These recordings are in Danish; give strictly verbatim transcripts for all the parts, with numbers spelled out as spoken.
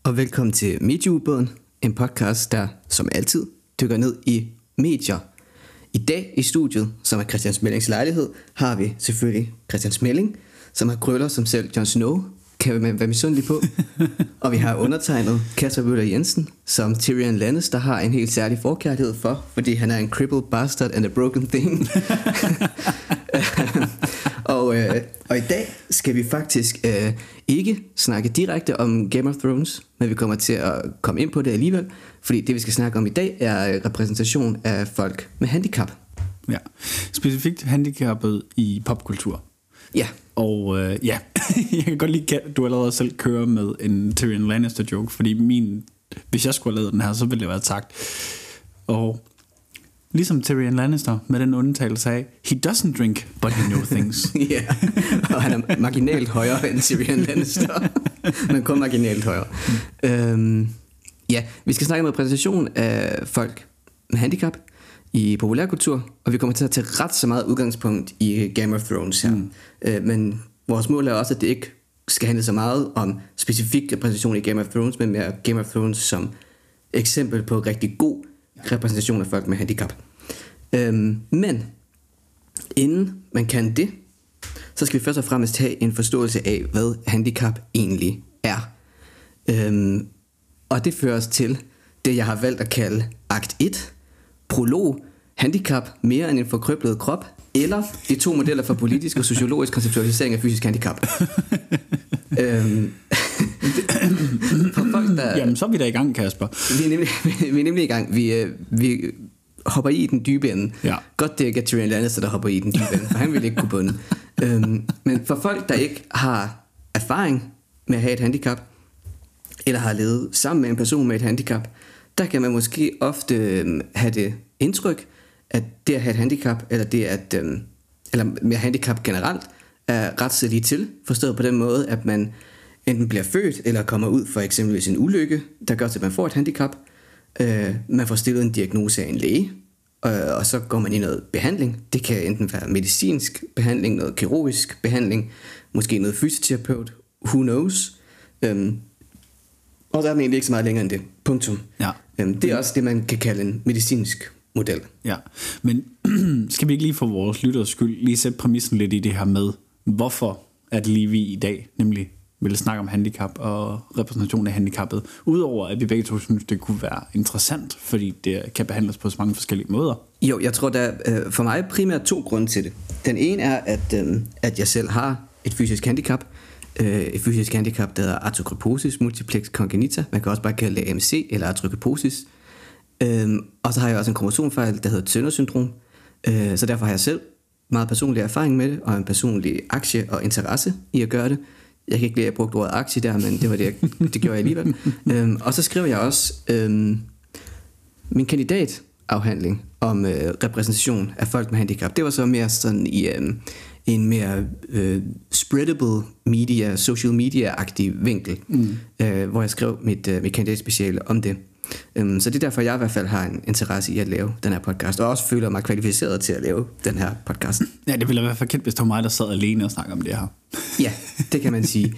og velkommen til Medieubåden, en podcast, der som altid dykker ned i medier. I dag i studiet, som er Christian Smellings lejlighed, har vi selvfølgelig Christian Smelling, som har krøller som selv Jon Snow, kan man være misundelig på. Og vi har undertegnet Kasper Møller Jensen, som Tyrion Lannister har en helt særlig forkærlighed for, fordi han er en crippled bastard and a broken thing. og, øh, og i dag skal vi faktisk øh, ikke snakke direkte om Game of Thrones, men vi kommer til at komme ind på det alligevel, fordi det vi skal snakke om i dag er repræsentation af folk med handicap. Ja, specifikt handicappet i popkultur. Ja. Og øh, ja, jeg kan godt lide, at du allerede selv kører med en Tyrion Lannister joke, fordi min, hvis jeg skulle have lavet den her, så ville det være sagt. Og ligesom Tyrion Lannister, med den undtagelse af, he doesn't drink, but he knows things. Ja, yeah. Og han er marginalt højere end Tyrion Lannister, men kun marginalt højere. Mm. Øhm, ja, vi skal snakke om repræsentation af folk med handicap i populærkultur, og vi kommer til at tage ret så meget udgangspunkt i Game of Thrones her. Mm. Øh, men vores mål er også, at det ikke skal handle så meget om specifik repræsentation i Game of Thrones, men mere Game of Thrones som eksempel på rigtig god repræsentation af folk med handicap. Øhm, men inden man kan det, så skal vi først og fremmest have en forståelse af, hvad handicap egentlig er. Øhm, og det fører os til det, jeg har valgt at kalde akt et, prolog, handicap mere end en forkrøblet krop, eller de to modeller for politisk og sociologisk konceptualisering af fysisk handicap. øhm, for folk, der, Jamen, så er vi da i gang, Kasper. Vi er nemlig, vi er nemlig i gang. Vi, vi hopper i den dybe ende. Ja. Godt, det ikke er Tyrion Lannister, der hopper i den dybe ende, for han vil ikke kunne bunde. øhm, men for folk, der ikke har erfaring med at have et handicap, eller har levet sammen med en person med et handicap, der kan man måske ofte øhm, have det indtryk, at det at have et handicap, eller det at, øhm, eller med handicap generelt, er ret så lige til, forstået på den måde, at man enten bliver født, eller kommer ud for eksempelvis en ulykke, der gør, at man får et handicap. Øh, man får stillet en diagnose af en læge, øh, og så går man i noget behandling. Det kan enten være medicinsk behandling, noget kirurgisk behandling, måske noget fysioterapeut, who knows. Øhm, og der er man egentlig ikke så meget længere end det. Punktum. Ja. Øhm, det er også det, man kan kalde en medicinsk model. Ja, men skal vi ikke lige for vores lytters skyld lige sætte præmissen lidt i det her med, hvorfor at lige vi i dag nemlig vil snakke om handicap og repræsentation af handicappet, udover at vi begge to synes, det kunne være interessant, fordi det kan behandles på så mange forskellige måder. Jo, jeg tror, der er for mig primært to grunde til det. Den ene er, at, øh, at jeg selv har et fysisk handicap, øh, et fysisk handicap, der hedder arthrogryposis multiplex congenita, man kan også bare kalde det A M C eller arthrogryposis. Øh, og så har jeg også en kromosomfejl, der hedder Turner syndrom, øh, så derfor har jeg selv meget personlig erfaring med det, og en personlig aktie og interesse i at gøre det. Jeg kan ikke lide, at jeg brugte ordet aktie der, men det var det, jeg, det gjorde jeg alligevel. øhm, og så skrev jeg også øhm, min kandidatafhandling om øh, repræsentation af folk med handicap. Det var så mere sådan i øh, en mere øh, spreadable media, social media-agtig vinkel, mm. øh, hvor jeg skrev mit, øh, mit kandidatspeciale om det. Um, så det er derfor, jeg i hvert fald har en interesse i at lave den her podcast, og også føler mig kvalificeret til at lave den her podcast. Ja, det ville være forkendt, hvis det var mig, der sad alene og snakkede om det her. Ja, det kan man sige.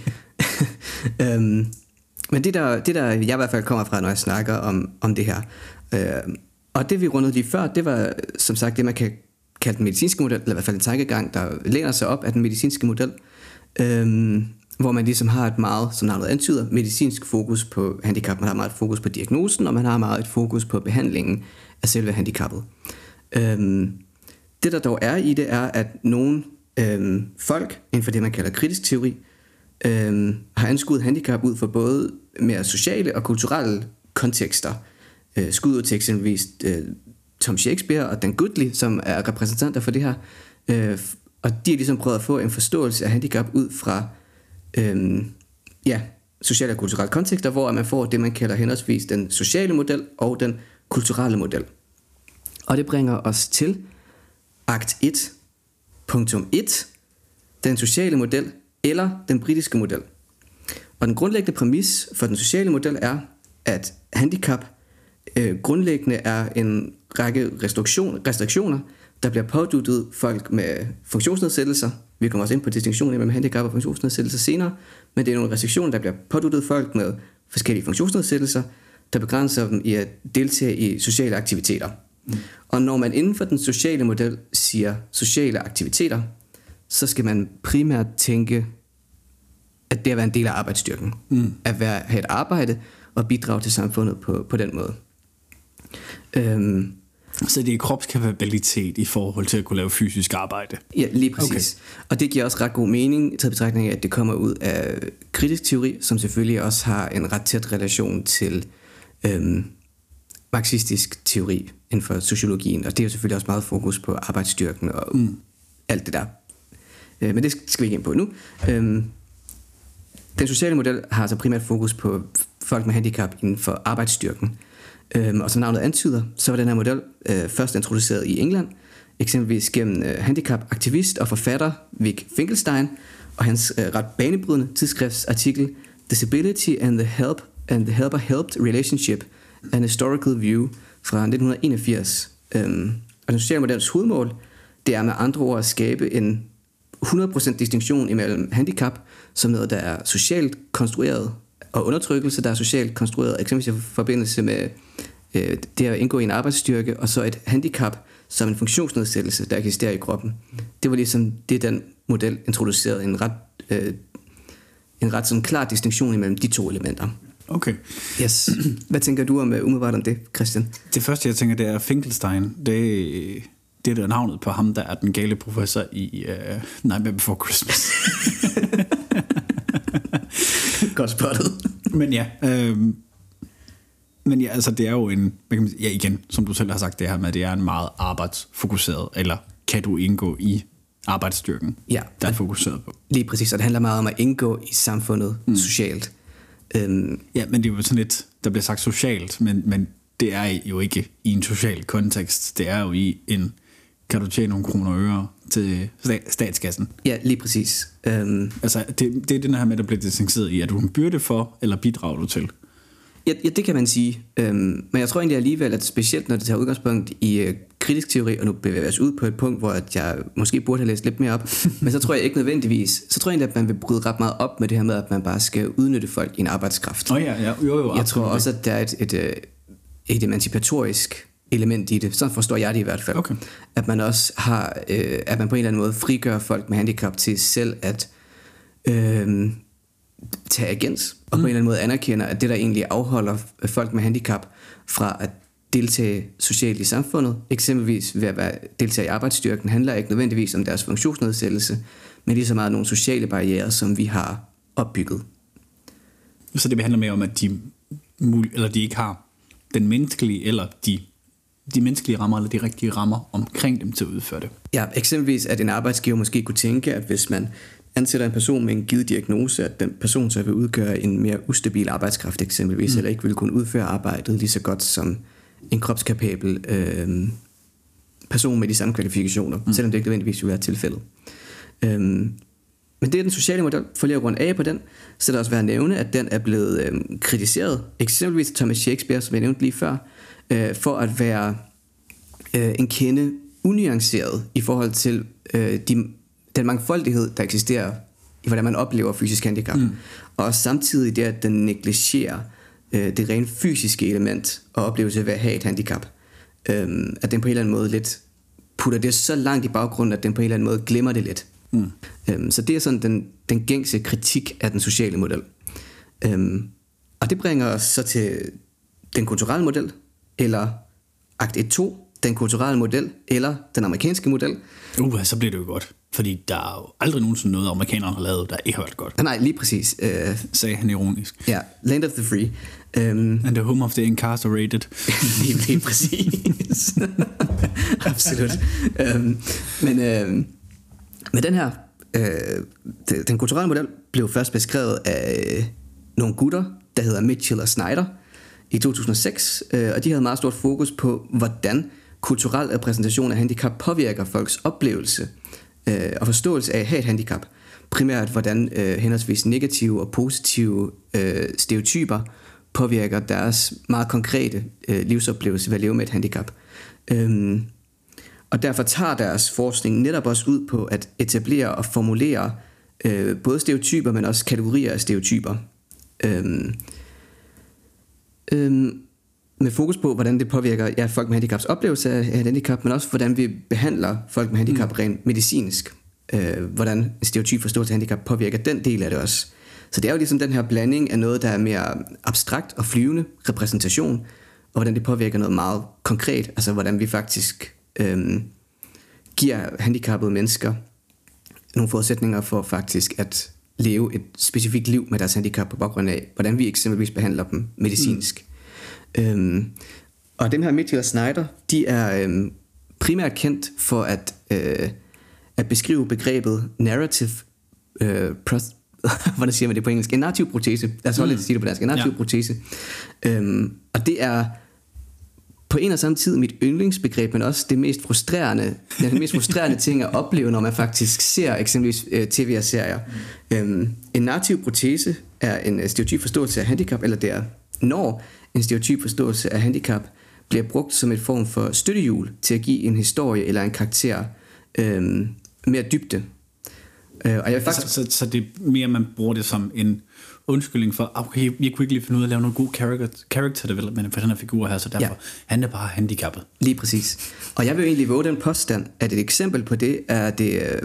um, men det der, det der jeg i hvert fald kommer fra, når jeg snakker om, om det her, uh, og det vi rundede lige før, det var som sagt det, man kan kalde den medicinske model, eller i hvert fald en tankegang, der læner sig op af den medicinske model, um, hvor man ligesom har et meget, som navnet antyder, medicinsk fokus på handicap. Man har meget fokus på diagnosen, og man har meget et fokus på behandlingen af selve handicappet. Øhm, det der dog er i det, er, at nogle øhm, folk, inden for det man kalder kritisk teori, øhm, har anskuet handicap ud for både mere sociale og kulturelle kontekster. Øh, skud ud til eksempelvis øh, Tom Shakespeare og Dan Goodley, som er repræsentanter for det her. Øh, og de har ligesom prøvet at få en forståelse af handicap ud fra Øhm, ja, sociale og kulturelle kontekster, hvor man får det, man kalder henholdsvis den sociale model og den kulturelle model. Og det bringer os til akt et, punktum et, den sociale model eller den britiske model. Og den grundlæggende præmis for den sociale model er, at handicap øh, grundlæggende er en række restriktion, restriktioner, der bliver påduttet folk med funktionsnedsættelser. Vi kommer også ind på distinktionen mellem handicap og funktionsnedsættelser senere, men det er nogle restriktioner, der bliver påduttet folk med forskellige funktionsnedsættelser, der begrænser dem i at deltage i sociale aktiviteter. Mm. Og når man inden for den sociale model siger sociale aktiviteter, så skal man primært tænke, at det er at være en del af arbejdsstyrken. Mm. At være, have et arbejde og bidrage til samfundet på, på den måde. Øhm, så det er kropskapabilitet i forhold til at kunne lave fysisk arbejde? Ja, lige præcis. Okay. Og det giver også ret god mening til betragtning af, at det kommer ud af kritisk teori, som selvfølgelig også har en ret tæt relation til øhm, marxistisk teori inden for sociologien. Og det er jo selvfølgelig også meget fokus på arbejdsstyrken og mm. alt det der. Øh, men det skal vi ikke ind på nu. Øhm, den sociale model har altså primært fokus på folk med handicap inden for arbejdsstyrken. Øhm, og som navnet antyder, så var den her model øh, først introduceret i England, eksempelvis gennem øh, handicapaktivist og forfatter Vic Finkelstein og hans øh, ret banebrydende tidsskriftsartikel Disability and the Help and the Helper-Helped Relationship, an Historical View fra nitten enogfirs. Øhm, og den sociale models hovedmål, det er med andre ord at skabe en hundrede procent distinktion imellem handicap som noget, der er socialt konstrueret, og undertrykkelse, der er socialt konstrueret, eksempelvis i forbindelse med øh, det at indgå i en arbejdsstyrke, og så et handicap som en funktionsnedsættelse, der eksisterer i kroppen. Det var ligesom det, den model introducerede, en ret, øh, en ret sådan klar distinktion imellem de to elementer. Okay. Yes. Hvad tænker du om uh, umiddelbart om det, Christian? Det første, jeg tænker, det er Finkelstein. Det, det er navnet på ham, der er den gale professor i uh, Nightmare Before Christmas. Godt spottet. Men ja, øh, men ja, altså det er jo en, ja igen, som du selv har sagt det her med, det er en meget arbejdsfokuseret, eller kan du indgå i arbejdsstyrken, ja, der er fokuseret på. Lige præcis, og det handler meget om at indgå i samfundet mm. socialt. Um, ja, men det er jo sådan lidt, der bliver sagt socialt, men, men det er jo ikke i en social kontekst, det er jo i en, kan du tjene nogle kroner og øre til statskassen. Ja, lige præcis. Um, altså, det, det er den her med, der bliver distanceret i, at du en byrde for, eller bidrager du til? Ja, ja, det kan man sige. Um, men jeg tror egentlig alligevel, at specielt når det tager udgangspunkt i uh, kritisk teori, og nu bevæger vi os ud på et punkt, hvor at jeg måske burde have læst lidt mere op, men så tror jeg ikke nødvendigvis, så tror jeg egentlig, at man vil bryde ret meget op med det her med, at man bare skal udnytte folk i en arbejdskraft. Oh, ja, ja. Jo, jo, jeg tror også, at der er et, et, et, et emancipatorisk element i det. Sådan forstår jeg det i hvert fald. Okay. At man også har, øh, at man på en eller anden måde frigør folk med handicap til selv at øh, tage agens, og mm. på en eller anden måde anerkender, at det der egentlig afholder folk med handicap fra at deltage socialt i samfundet, eksempelvis ved at være, deltage i arbejdsstyrken, handler ikke nødvendigvis om deres funktionsnedsættelse, men lige så meget nogle sociale barrierer, som vi har opbygget. Så det handler mere om, at de, eller de ikke har den menneskelige, eller de, de menneskelige rammer, eller de rigtige rammer omkring dem til at udføre det. Ja, eksempelvis at en arbejdsgiver måske kunne tænke, at hvis man ansætter en person med en givet diagnose, at den person så vil udgøre en mere ustabil arbejdskraft eksempelvis, mm. eller ikke vil kunne udføre arbejdet lige så godt som en kropskapabel øh, person med de samme kvalifikationer, mm. selvom det ikke nødvendigvis vil være tilfældet. Øhm, men det er den sociale model, for lige at runde af på den, så er det også værd at nævne, at den er blevet øh, kritiseret, eksempelvis Thomas Shakespeare, som jeg nævnte lige før, øh, for at være øh, en kende unuanceret i forhold til øh, de, den mangfoldighed, der eksisterer i, hvordan man oplever fysisk handicap. Mm. Og samtidig det, at den negligerer øh, det rent fysiske element og oplevelse ved at have et handicap. Øh, at den på en eller anden måde lidt putter det så langt i baggrunden, at den på en eller anden måde glemmer det lidt. Mm. Øhm, så det er sådan den, den gængse kritik af den sociale model. Øhm, og det bringer os så til den kulturelle model, eller akt et to, den kulturelle model, eller den amerikanske model. Uh, så bliver det jo godt. Fordi der er jo aldrig nogensinde noget, amerikanerne har lavet, der ikke har været godt. Nej, lige præcis. Øh, Sagde han ironisk. Ja, Land of the Free. Um, And the home of the incarcerated. lige, lige præcis. Absolut. Um, men... Øh, Men den her, øh, den kulturelle model blev først beskrevet af øh, nogle gutter, der hedder Mitchell og Snyder i to tusind og seks, øh, og de havde meget stort fokus på, hvordan kulturel repræsentation af handicap påvirker folks oplevelse øh, og forståelse af at have et handicap. Primært hvordan øh, henholdsvis negative og positive øh, stereotyper påvirker deres meget konkrete øh, livsoplevelse ved at leve med et handicap. Øh, Og derfor tager deres forskning netop også ud på at etablere og formulere øh, både stereotyper, men også kategorier af stereotyper. Øhm, øhm, med fokus på, hvordan det påvirker ja, folk med handicaps oplevelse af, af handicap, men også hvordan vi behandler folk med handicap mm. rent medicinsk. Øh, hvordan en stereotyp forståelse af handicap påvirker den del af det også. Så det er jo ligesom den her blanding af noget, der er mere abstrakt og flyvende repræsentation, og hvordan det påvirker noget meget konkret, altså hvordan vi faktisk øhm, giver handicappede mennesker nogle forudsætninger for faktisk at leve et specifikt liv med deres handicap på baggrund af, hvordan vi eksempelvis behandler dem medicinsk. Mm. Øhm, og dem her Mitchell og Snyder, de er øhm, primært kendt for at, øh, at beskrive begrebet narrative øh, pros- hvordan siger man det på engelsk? En narrativ protese. Lad os holde mm. lidt sige det på dansk. En narrativ ja. protese. Øhm, og det er på en og samme tid mit yndlingsbegreb, men også det mest frustrerende, den mest frustrerende ting at opleve, når man faktisk ser eksempelvis øh, tv og serier. Mm. Øhm, en narrativ protese er en stereotyp forståelse af handicap, eller det er når en stereotyp forståelse af handicap bliver brugt som et form for støttehjul til at give en historie eller en karakter øhm, mere dybde. Øh, og jeg faktisk... så, så, så det er mere, man bruger det som en undskyldning for, okay, jeg kunne ikke lige finde ud af at lave noget god character, character development for den her figur her, så derfor, ja. han er bare handicappet. Lige præcis. Og jeg vil egentlig våge den påstand, at et eksempel på det er det, øh,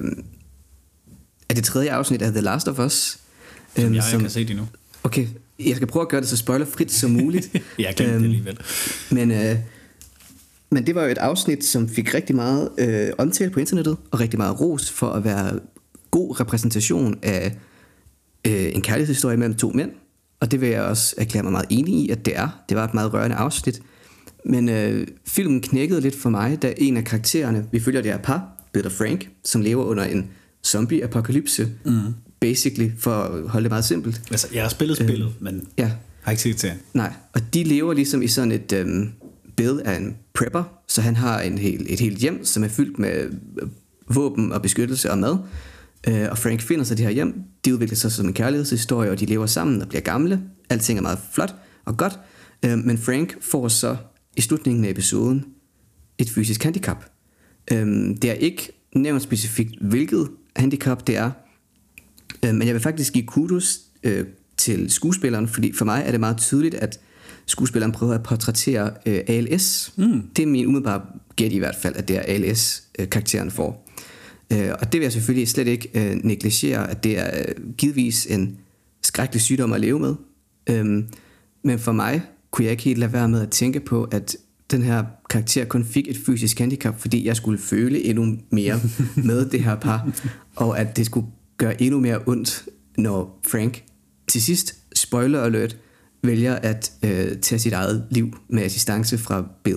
er det tredje afsnit af The Last of Us. Som øhm, jeg som, ikke kan se det nu. Okay, jeg skal prøve at gøre det så spoilerfrit som muligt. Jeg glemte øhm, det alligevel. Men, øh, men det var jo et afsnit, som fik rigtig meget øh, omtale på internettet, og rigtig meget ros for at være god repræsentation af øh, en kærlighedshistorie mellem to mænd. Og det vil jeg også erklære mig meget enig i, at det er. Det var et meget rørende afsnit. Men øh, filmen knækkede lidt for mig, da en af karaktererne, vi følger det her par, Bill og Frank, som lever under en zombie-apokalypse, mm. basically, for at holde det meget simpelt. Altså, jeg har spillet spillet, øh, men ja. har ikke set til. Nej, og de lever ligesom i sådan et... Øh, Bill er en prepper, så han har en hel, et helt hjem, som er fyldt med våben og beskyttelse og mad. Og Frank finder sig det her hjem. De udvikler sig som en kærlighedshistorie, og de lever sammen og bliver gamle. Alting er meget flot og godt. Men Frank får så i slutningen af episoden et fysisk handicap. Det er ikke nævnt specifikt, hvilket handicap det er. Men jeg vil faktisk give kudos til skuespilleren, fordi for mig er det meget tydeligt, at skuespilleren prøver at portrættere A L S. Mm. Det er min umiddelbare gæt i hvert fald, at det er A L S-karakteren får. Uh, og det vil jeg selvfølgelig slet ikke uh, negligere, at det er uh, givetvis en skrækkelig sygdom at leve med. Um, men for mig kunne jeg ikke helt lade være med at tænke på, at den her karakter kun fik et fysisk handicap, fordi jeg skulle føle endnu mere med det her par, og at det skulle gøre endnu mere ondt, når Frank til sidst, spoiler alert, vælger at uh, tage sit eget liv med assistance fra Bill.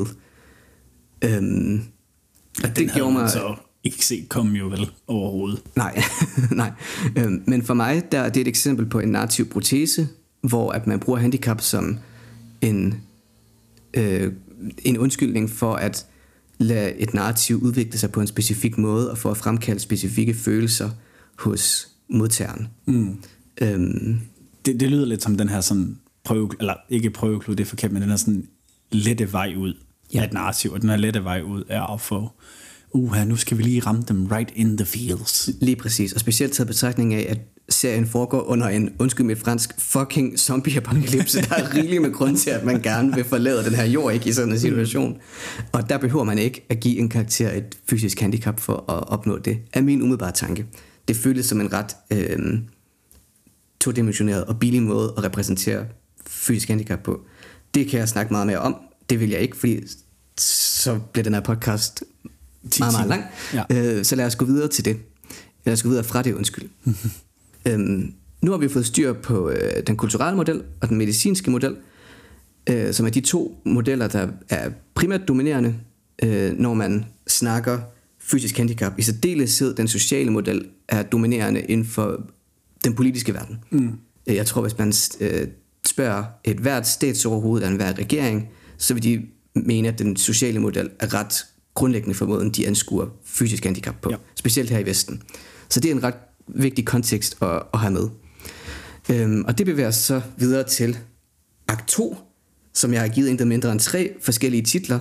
Um, og det gjorde mig... Så ikke set komme jo vel overhovedet. Nej, nej. Øhm, men for mig, der det er et eksempel på en narrativ protese, hvor at man bruger handicap som en, øh, en undskyldning for at lade et narrativ udvikle sig på en specifik måde, og for at fremkalde specifikke følelser hos modtageren. Mm. Øhm. Det, det lyder lidt som den her sådan prøve, eller ikke prøveklud, det er forkert, men den her sådan lette vej ud ja. af et narrativ, og den her lette vej ud er at få uha, nu skal vi lige ramme dem right in the feels. Lige præcis, og specielt taget betragtning af, at serien foregår under en, undskyld mit fransk, fucking zombie-apokalypse. Der er rigeligt med grund til, at man gerne vil forlade den her jord, ikke, i sådan en situation. Og der behøver man ikke at give en karakter et fysisk handicap for at opnå det, er min umiddelbare tanke. Det føles som en ret øh, todimensioneret og billig måde at repræsentere fysisk handicap på. Det kan jeg snakke meget mere om. Det vil jeg ikke, fordi så bliver den her podcast meget, meget lang. Ja. Øh, så lad os gå videre til det. Lad os gå videre fra det, undskyld. øhm, nu har vi fået styr på øh, den kulturelle model og den medicinske model, øh, som er de to modeller, der er primært dominerende, øh, når man snakker fysisk handicap. I særdeleshed den sociale model er dominerende inden for den politiske verden. Mm. Jeg tror, hvis man øh, spørger et hvert statsoverhoved eller en hver regering, så vil de mene, at den sociale model er ret grundlæggende for måden, de anskuer fysisk handicap på. Ja. Specielt her i Vesten. Så det er en ret vigtig kontekst at, at have med. Øhm, og det bevæger os så videre til akt to, som jeg har givet intet mindre end tre forskellige titler.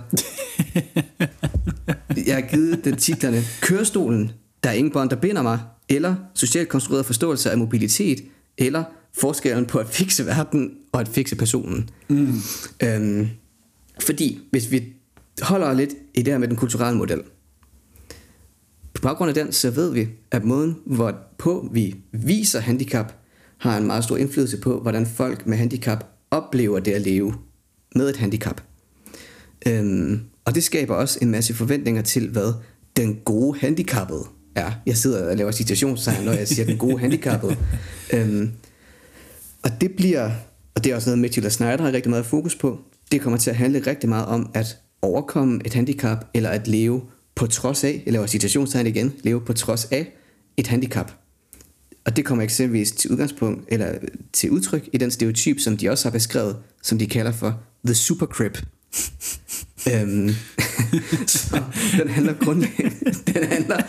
Jeg har givet den titlerne Kørestolen, Der er ingen bånd, der binder mig, eller Socialt konstrueret forståelse af mobilitet, eller Forskellen på at fikse verden og at fikse personen. Mm. Øhm, fordi hvis vi holder lidt i det her med den kulturelle model, på baggrund af den, så ved vi, at måden, hvorpå vi viser handicap, har en meget stor indflydelse på, hvordan folk med handicap oplever det at leve med et handicap. Øhm, og det skaber også en masse forventninger til, hvad den gode handicappede er. Jeg sidder og laver citationstegn, når jeg siger den gode handicappede. øhm, og det bliver, og det er også noget, Matilda Snyder har rigtig meget fokus på, det kommer til at handle rigtig meget om at overkomme et handicap, eller at leve på trods af, jeg laver citationstegn igen, leve på trods af et handicap. Og det kommer eksempelvis til udgangspunkt, eller til udtryk i den stereotyp, som de også har beskrevet, som de kalder for The Super Crip. øhm, så den handler grundlæggende, den handler...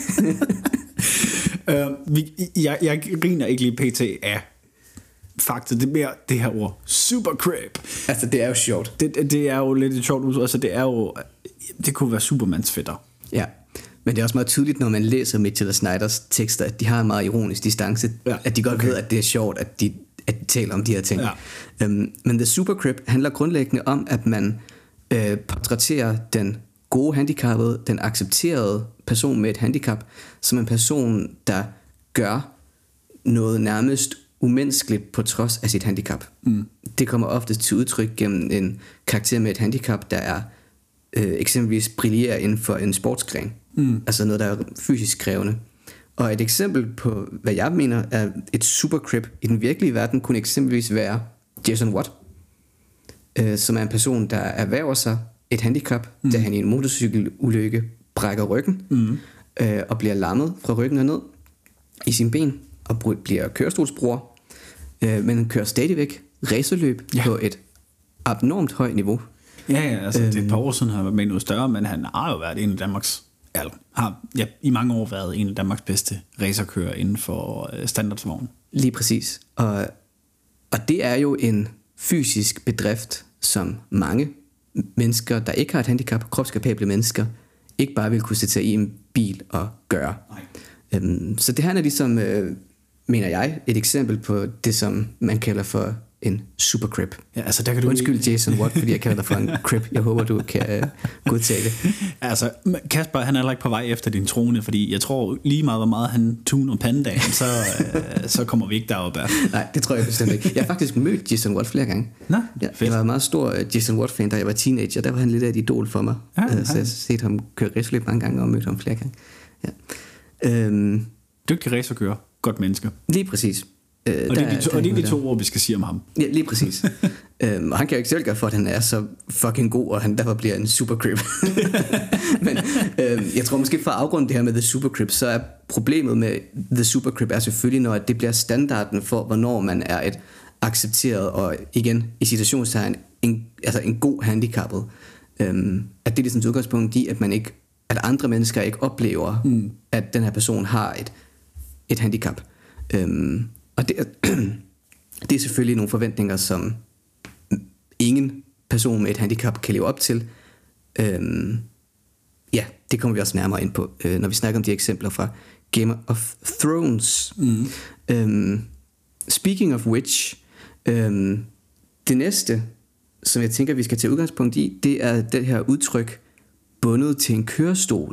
uh, vi, jeg, jeg griner ikke lige pt. Af fakta, det er mere det her ord, Super Crip. Altså det er jo sjovt. Det, det er jo lidt et sjovt udtryk, altså det er jo, det kunne være Supermans fætter. Ja, men det er også meget tydeligt, når man læser Matilda Snyders tekster, at de har en meget ironisk distance, ja, at de godt okay. ved, at det er sjovt, at de, at de taler om de her ting. Ja. Um, men The Super Crip handler grundlæggende om, at man øh, portrætterer den gode handicappede, den accepterede person med et handicap, som en person, der gør noget nærmest umenneskeligt på trods af sit handicap. Mm. Det kommer ofte til udtryk gennem en karakter med et handicap, der er øh, eksempelvis brillerer inden for en sportsgren. Mm. Altså noget, der er fysisk krævende. Og et eksempel på, hvad jeg mener er et supercrip i den virkelige verden, kunne eksempelvis være Jason Watt, øh, som er en person, der erhverver sig et handicap, mm. da han i en motorcykelulykke brækker ryggen, mm. øh, og bliver lammet fra ryggen og ned i sine ben, og bliver kørestolsbruger, øh, men han kører stadigvæk racerløb ja. på et abnormt højt niveau. Ja, ja, altså øhm, det er et par år siden, han har været med noget større, men han har jo været en af Danmarks, eller har ja, i mange år været en af Danmarks bedste racerkører inden for øh, standardsvogn. Lige præcis. Og, og det er jo en fysisk bedrift, som mange mennesker, der ikke har et handicap, kropskapable mennesker, ikke bare vil kunne sætte sig i en bil og gøre. Øhm, så det her er ligesom, øh, mener jeg, et eksempel på det, som man kalder for en supercrip. Ja, altså der kan du Undskyld Jason Watt, fordi jeg kalder dig for en crip. Jeg håber, du kan uh, godtage det. Altså, Kasper, han er heller ikke på vej efter din trone, fordi jeg tror lige meget, hvor meget han tuner pandaen, så, uh, så kommer vi ikke derop af. Nej, det tror jeg bestemt ikke. Jeg har faktisk mødt Jason Watt flere gange. Nå, ja, jeg var en meget stor uh, Jason Watt-fan, da jeg var teenager. Der var han lidt af et idol for mig. Ja, uh, så jeg har set ham køre racerløb mange gange og mødt ham flere gange. Ja. Um, Dygtig racerkører. Godt menneske. Lige præcis. Øh, og, det er de to, og det er de to ord, vi skal sige om ham. Ja, lige præcis. øhm, og han kan jo ikke selv gøre for, at han er så fucking god, og han derfor bliver en supercrip. Men øhm, jeg tror måske for at afgrunde det her med The Supercrip, så er problemet med The Supercrip er selvfølgelig, når det bliver standarden for, hvornår man er et accepteret, og igen i situationstegn, en, altså en god handicappet. Øhm, at det er ligesom et udgangspunkt i, at man ikke, at andre mennesker ikke oplever, mm. at den her person har et, et handicap. Øhm, Og det er, det er selvfølgelig nogle forventninger, som ingen person med et handicap kan leve op til. Øhm, ja, det kommer vi også nærmere ind på, øh, når vi snakker om de eksempler fra Game of Thrones. Mm. Øhm, speaking of which, øhm, det næste, som jeg tænker, vi skal tage udgangspunkt i, det er det her udtryk, bundet til en kørestol.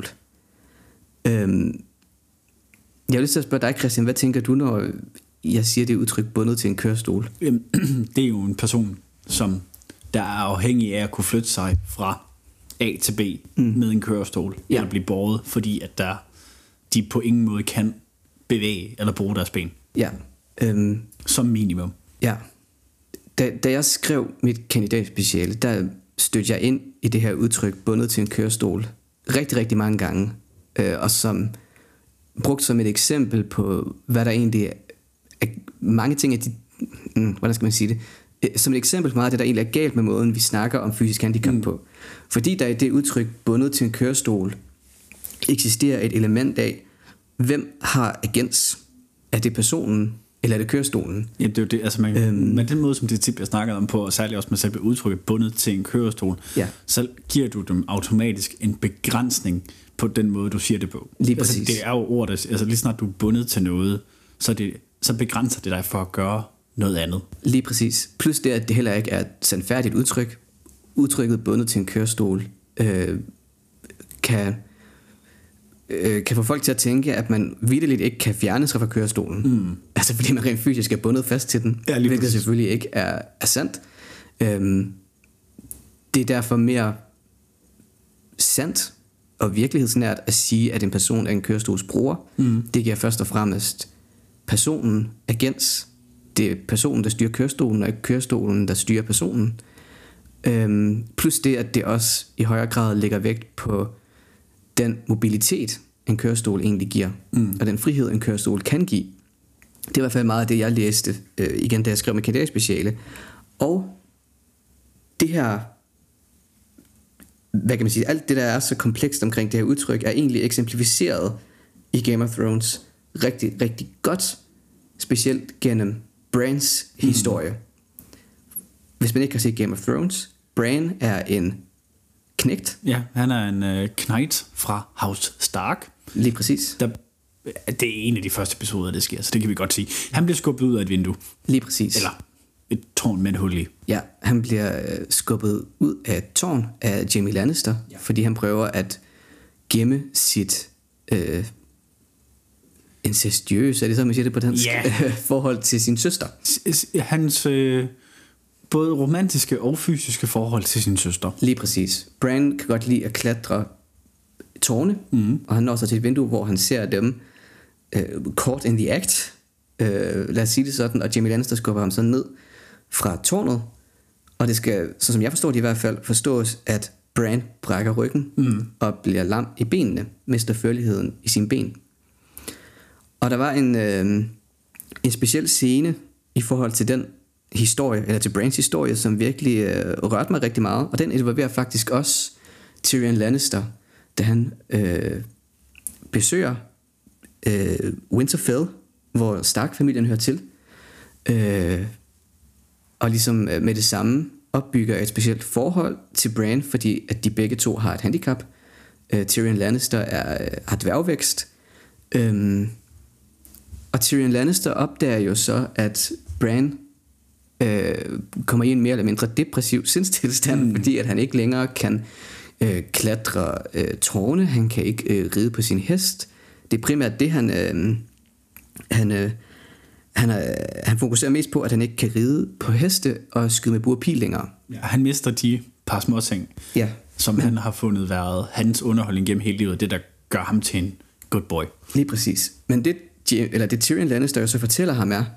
Øhm, jeg vil lyst til at spørge dig, Christian, hvad tænker du, når jeg siger det udtryk, bundet til en kørestol? Det er jo en person, som der er afhængig af at kunne flytte sig fra A til B mm. med en kørestol, ja. Eller blive båret, fordi at der, de på ingen måde kan bevæge eller bruge deres ben. Ja. Øhm, Som minimum. Ja. Da, da jeg skrev mit kandidatspeciale, der stødte jeg ind i det her udtryk, bundet til en kørestol, rigtig, rigtig mange gange. Øh, og som brugt som et eksempel på, hvad der egentlig er, mange ting af de, hvordan skal man sige det, som et eksempel på meget af det, der egentlig er galt med måden, vi snakker om fysisk handicap mm. på. Fordi der i det udtryk, bundet til en kørestol, eksisterer et element af, hvem har agens? Er det personen, eller er det kørestolen? Ja, det er jo det, altså man, øhm, med den måde, som det tip, jeg snakker om på, og særligt også med selve udtrykket, bundet til en kørestol, ja. Så giver du dem automatisk en begrænsning på den måde, du siger det på. Lige præcis. Altså, det er jo ordet, altså lige snart du er bundet til noget, så, det, så begrænser det dig for at gøre noget andet. Lige præcis. Plus det, at det heller ikke er et sandfærdigt udtryk. Udtrykket bundet til en kørestol øh, kan, øh, kan få folk til at tænke, at man vitterligt ikke kan fjerne sig fra kørestolen. Mm. Altså fordi man rent fysisk er bundet fast til den, ja, hvilket præcis. Selvfølgelig ikke er, er sandt. Øhm, det er derfor mere sandt og virkelighedsnært at sige, at en person er en kørestolsbruger. Mm. Det giver først og fremmest personen agens. Det er personen, der styrer kørestolen, og ikke kørestolen, der styrer personen. Øhm, plus det, at det også i højere grad lægger vægt på den mobilitet, en kørestol egentlig giver, mm. og den frihed, en kørestol kan give. Det er i hvert fald meget af det, jeg læste, øh, igen, da jeg skrev med kandidatspeciale. Og det her, hvad kan man sige, alt det, der er så komplekst omkring det her udtryk, er egentlig eksemplificeret i Game of Thrones rigtig, rigtig godt, specielt gennem Brans historie. Mm. Hvis man ikke har set Game of Thrones, Bran er en knægt. Ja, han er en øh, knight fra House Stark. Lige præcis. Der, det er en af de første episoder, det sker, så det kan vi godt sige. Han bliver skubbet ud af et vindue. Lige præcis. Eller et tårn med et hul i. Ja, han bliver skubbet ud af et tårn af Jaime Lannister, ja. Fordi han prøver at gemme sit øh, incestuøse, er det så, man siger det på dansk, yeah. forhold til sin søster. Hans øh, både romantiske og fysiske forhold til sin søster. Lige præcis. Bran kan godt lide at klatre tårne, mm. og han når så til et vindue, hvor han ser dem øh, caught in the act, øh, lad os sige det sådan, og Jaime Lannister skubber ham så ned fra tårnet, og det skal, så som jeg forstår det i hvert fald, forstås, at Bran brækker ryggen mm. og bliver lam i benene, mister førligheden i sine ben. Og der var en, øh, en speciel scene i forhold til den historie, eller til Brans historie, som virkelig øh, rørte mig rigtig meget, og den involverer faktisk også Tyrion Lannister, da han øh, besøger øh, Winterfell, hvor Stark-familien hører til, øh, og ligesom øh, med det samme opbygger et specielt forhold til Bran, fordi at de begge to har et handicap. øh, Tyrion Lannister er, har dværgvækst, øh, og Tyrion Lannister opdager jo så, at Bran øh, kommer i en mere eller mindre depressiv sindstilstand, mm. fordi at han ikke længere kan øh, klatre øh, tårne, han kan ikke øh, ride på sin hest. Det er primært det, han, øh, han, øh, han, øh, han fokuserer mest på, at han ikke kan ride på heste og skyde med bue og pil længere. Ja, han mister de par småting, ja. som men, han har fundet været hans underholdning gennem hele livet, det der gør ham til en good boy. Lige præcis. Men det, eller det Tyrion Lannister jo så fortæller ham er,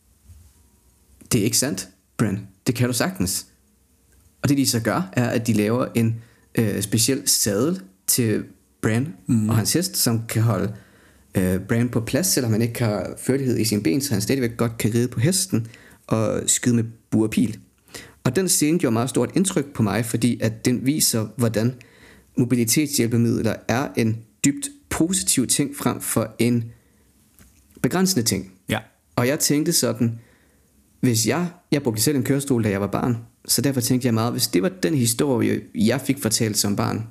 det er ikke sandt, Bran. Det kan du sagtens. Og det de så gør, er at de laver en øh, speciel sadel til Bran mm. og hans hest, som kan holde øh, Bran på plads, selvom han ikke har førlighed i sine ben, så han stadigvæk godt kan ride på hesten og skyde med bue og pil. Og den scene gjorde meget stort indtryk på mig, fordi at den viser, hvordan mobilitetshjælpemidler er en dybt positiv ting frem for en begrænsende ting. Ja. Og jeg tænkte sådan, hvis jeg, jeg brugte selv en kørestol, da jeg var barn, så derfor tænkte jeg meget, hvis det var den historie, jeg fik fortalt som barn,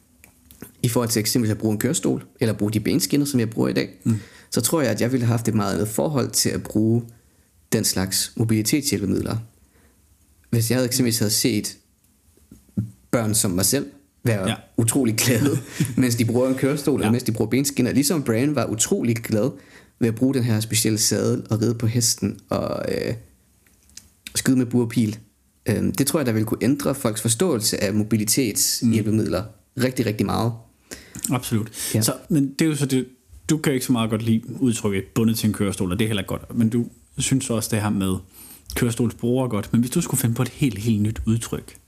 i forhold til eksempel at bruge en kørestol, eller bruge de benskinner, som jeg bruger i dag, mm. så tror jeg, at jeg ville have haft et meget andet forhold til at bruge den slags mobilitetshjælpemidler. Hvis jeg havde eksempelvis havde set børn som mig selv være ja. utrolig glade, mens de bruger en kørestol, ja. eller mens de bruger benskinner, ligesom Bran var utrolig glad ved at bruge den her specielle sadel og ride på hesten og øh, skyde med bue og pil. Øh, det tror jeg, der ville kunne ændre folks forståelse af mobilitetshjælpemidler mm. rigtig, rigtig meget. Absolut. Ja. Så, men det er jo så det, du kan ikke så meget godt lide udtrykket bundet til en kørestol, og det er heller godt, men du synes også det her med kørestolsbrugere godt. Men hvis du skulle finde på et helt, helt nyt udtryk,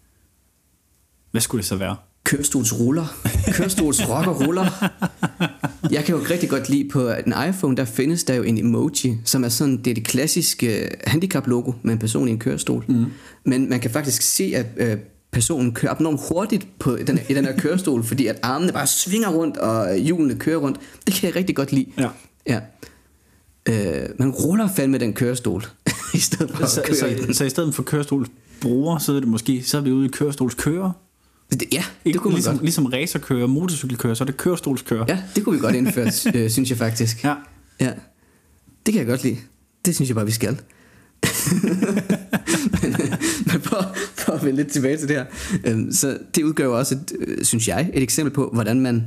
hvad skulle det så være? Kørestolsruller. Kørestolsrockerruller. Jeg kan jo rigtig godt lide, på en iPhone, der findes der jo en emoji, som er sådan, det er det klassiske handicap-logo med en person i en kørestol. Mm. Men man kan faktisk se, at øh, personen kører enormt hurtigt på den, i den her kørestol, fordi at armene bare svinger rundt, og hjulene kører rundt. Det kan jeg rigtig godt lide. Ja. Ja. Øh, man ruller fandme den kørestol, i stedet for så, at køre så, i den. så i stedet for kørestolsbruger, så er det måske, så er vi ude i kørestolskører. Det, ja, det kunne man ligesom, godt. Ligesom racerkører, motorcykelkører, så er det kørestolskører. Ja, det kunne vi godt indføre, øh, synes jeg faktisk. Ja. Ja. Det kan jeg godt lide. Det synes jeg bare, vi skal. men, men for, for at vende lidt tilbage til det her, øhm, så det udgør jo også, et, øh, synes jeg, et eksempel på, hvordan man,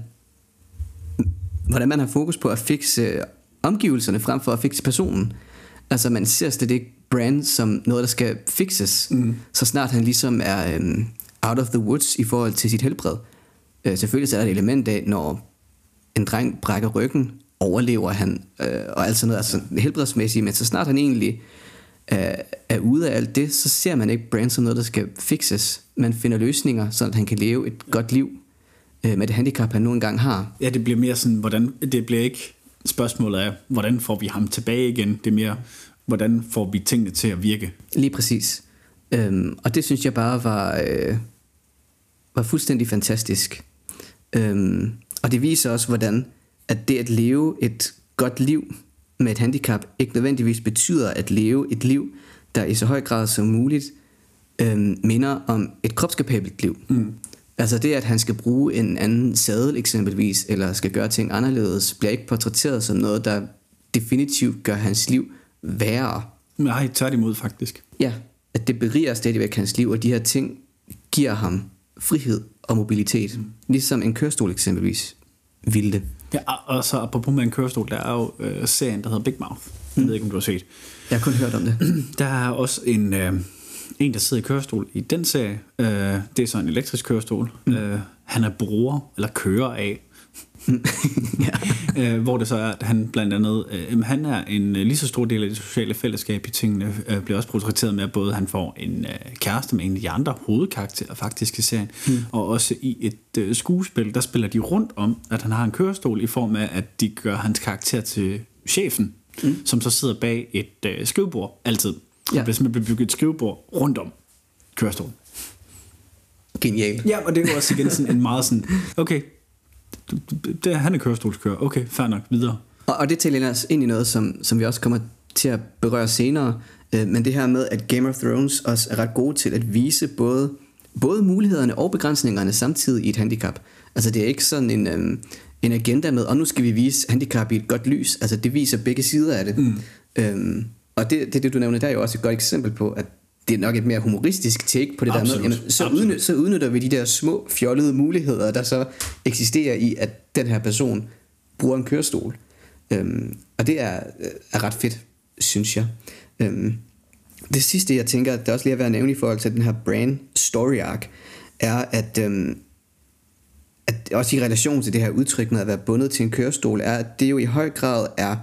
hvordan man har fokus på at fikse omgivelserne frem for at fikse personen. Altså man ser slet ikke Bran som noget, der skal fikses, mm. så snart han ligesom er øhm, out of the woods i forhold til sit helbred. Øh, selvfølgelig så er der et element af, når en dreng brækker ryggen, overlever han, øh, og alt sådan noget, altså helbredsmæssigt, men så snart han egentlig er, er ude af alt det, så ser man ikke Bran som noget, der skal fikses. Man finder løsninger, så han kan leve et godt liv øh, med det handicap, han nu engang har. Ja, det bliver mere sådan, hvordan, det bliver ikke spørgsmålet af, hvordan får vi ham tilbage igen, det er mere, hvordan får vi tingene til at virke. Lige præcis. Øhm, og det synes jeg bare var, øh, var fuldstændig fantastisk. Øhm, og det viser også, hvordan at det at leve et godt liv med et handicap ikke nødvendigvis betyder at leve et liv, der i så høj grad som muligt øhm, minder om et kropskapabelt liv. Mm. Altså det, at han skal bruge en anden sadel eksempelvis, eller skal gøre ting anderledes, bliver ikke portrætteret som noget, der definitivt gør hans liv værre. Nej, tværtimod faktisk. Ja, at det beriger stadigvæk hans liv, og de her ting giver ham frihed og mobilitet. Mm. Ligesom en kørestol eksempelvis ville det. Ja, og så apropos med en kørestol, der er jo øh, serien, der hedder Big Mouth. Jeg mm. ved ikke, om du har set. Jeg har kun hørt om det. Der er også en, øh, en der sidder i kørestol i den serie. Øh, det er så en elektrisk kørestol. Mm. Øh, han er bruger, eller kører af. ja. øh, hvor det så er, at han blandt andet øh, han er en øh, lige så stor del af det sociale fællesskab i tingene, øh, bliver også portrætteret med, at både han får en øh, kæreste med en af de andre hovedkarakterer faktisk i serien, mm. og også i et øh, skuespil, der spiller de rundt om, at han har en kørestol i form af, at de gør hans karakter til chefen, mm. som så sidder bag et øh, skrivebord altid. Ja. Der bliver simpelthen bygget et skrivebord rundt om kørestolen. Genial. Ja, og det er også igen sådan en meget sådan, okay, det, han er kørestolskører. Okay, fair nok, videre. Og, og det tæller os ind i noget, som, som vi også kommer til at berøre senere. Øh, men det her med, at Game of Thrones også er ret gode til at vise både, både mulighederne og begrænsningerne samtidig i et handicap. Altså det er ikke sådan en, øhm, en agenda med, og nu skal vi vise handicap i et godt lys. Altså det viser begge sider af det. Mm. Øhm, og det, det, det du nævner, der er jo også et godt eksempel på, at det er nok et mere humoristisk take på det. Absolut. Der med. Jamen, så, udnytter, så udnytter vi de der små fjollede muligheder, der så eksisterer i, at den her person bruger en kørestol. Øhm, og det er, er ret fedt, synes jeg. Øhm, det sidste, jeg tænker, der også lige er værd at nævne i forhold til den her Bran story arc, er, at, øhm, at også i relation til det her udtryk med at være bundet til en kørestol, er, at det jo i høj grad er,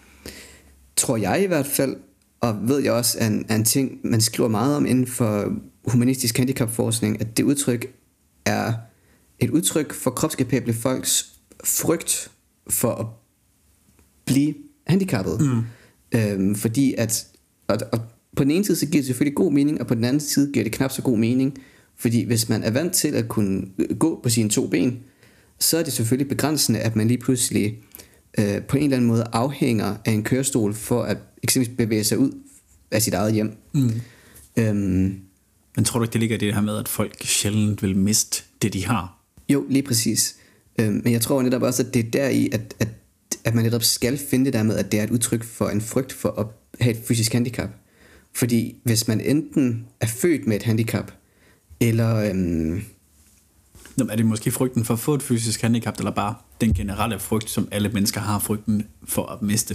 tror jeg i hvert fald, og ved jeg også, er en, er en ting, man skriver meget om inden for humanistisk handicapforskning, at det udtryk er et udtryk for kropskapable folks frygt for at blive handicappet. Mm. Øhm, fordi at, og, og på den ene side så giver det selvfølgelig god mening, og på den anden side giver det knap så god mening, fordi hvis man er vant til at kunne gå på sine to ben, så er det selvfølgelig begrænsende, at man lige pludselig øh, på en eller anden måde afhænger af en kørestol for at eksempelvis bevæge sig ud af sit eget hjem. Mm. Øhm, Men tror du ikke, det ligger i det her med, at folk sjældent vil miste det, de har? Jo, lige præcis. Øhm, men jeg tror netop også, at det er deri, at, at, at man netop skal finde det der med, at det er et udtryk for en frygt for at have et fysisk handicap. Fordi hvis man enten er født med et handicap, eller... Øhm, Nå, er det måske frygten for at få et fysisk handicap, eller bare den generelle frygt, som alle mennesker har, frygten for at miste?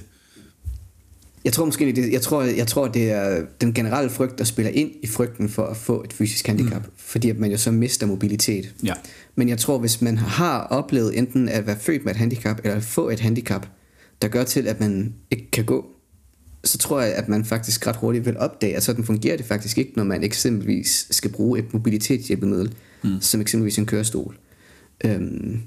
Jeg tror måske, det, jeg tror, jeg tror, det er den generelle frygt, der spiller ind i frygten for at få et fysisk handicap, mm. fordi at man jo så mister mobilitet. Ja. Men jeg tror, hvis man har oplevet enten at være født med et handicap, eller at få et handicap, der gør til, at man ikke kan gå, så tror jeg, at man faktisk ret hurtigt vil opdage, at sådan fungerer det faktisk ikke, når man eksempelvis skal bruge et mobilitetshjælpemiddel, mm. som eksempelvis en kørestol. Øhm,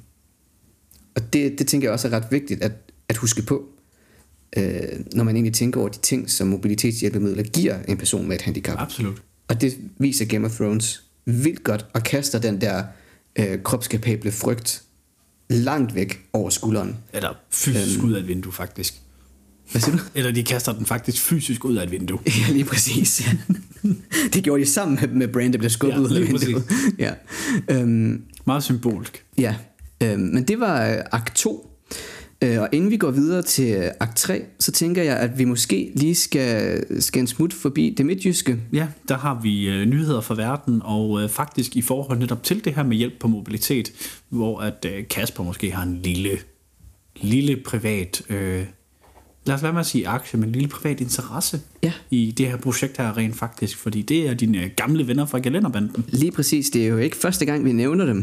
og det, det tænker jeg også er ret vigtigt at, at huske på, øh, når man egentlig tænker over de ting, som mobilitetshjælpemidler giver en person med et handicap. Absolut. Og det viser Game of Thrones vildt godt, og kaster den der øh, kropskapable frygt langt væk over skulderen. Eller fysisk øhm, ud af et vindue, faktisk. Hvad siger du? Eller de kaster den faktisk fysisk ud af et vindue. Ja, lige præcis. Ja. Det gjorde de sammen med, med Bran, der blev skubbet ja, ud af vinduet. Ja. Øhm, Meget symbolsk. Ja, øhm, men det var øh, akt to. Øh, og inden vi går videre til akt tre, så tænker jeg, at vi måske lige skal, skal en smut forbi det midtjyske. Ja, der har vi øh, nyheder fra verden, og øh, faktisk i forhold netop til det her med hjælp på mobilitet, hvor at øh, Kasper måske har en lille, lille privat, øh, lad os lade mig sige aktie, men en lille privat interesse ja. i det her projekt her rent faktisk, fordi det er dine gamle venner fra Gelænderbanden. Lige præcis, det er jo ikke første gang, vi nævner dem.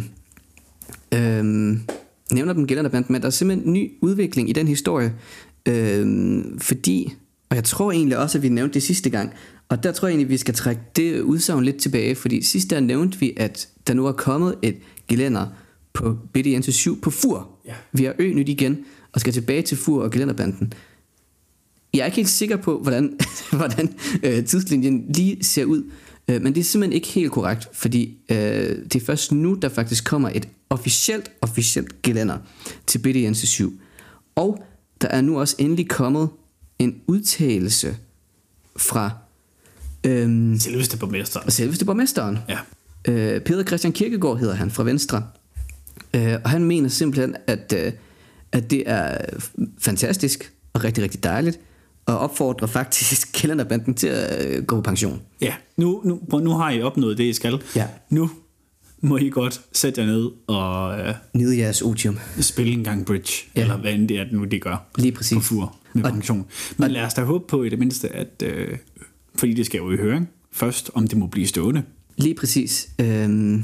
Øhm... nævner dem Gelænderbanden, men der er simpelthen en ny udvikling i den historie, øhm, fordi, og jeg tror egentlig også, at vi nævnte det sidste gang, og der tror jeg egentlig, at vi skal trække det udsagn lidt tilbage, fordi sidste der nævnte vi, at der nu er kommet et gelænder på B D N T syv på Fur. Ja. Vi har Ø-nyt igen, og skal tilbage til Fur og Gelænderbanden. Jeg er ikke helt sikker på, hvordan, hvordan øh, tidslinjen lige ser ud, øh, men det er simpelthen ikke helt korrekt, fordi øh, det er først nu, der faktisk kommer et officielt, officielt gelænder til B D N T syv. Og der er nu også endelig kommet en udtalelse fra øhm, selveste borgmesteren. Selveste borgmesteren. Ja. Øh, Peder Christian Kirkegaard hedder han, fra Venstre. Øh, og han mener simpelthen, at, øh, at det er fantastisk og rigtig, rigtig dejligt, og opfordrer faktisk Gelænderbanden til at øh, gå på pension. Ja, nu, nu, nu har I opnået det, I skal. Ja. Nu må I godt sætte jer ned og øh, nyde jeres otium. Spille en gang bridge, ja. Eller hvad end det er, nu det gør. Lige præcis. På Fur med og, pension. Men og, lad os da håbe på i det mindste, at øh, fordi det skal jo i høring først, om det må blive stående. Lige præcis. Øhm,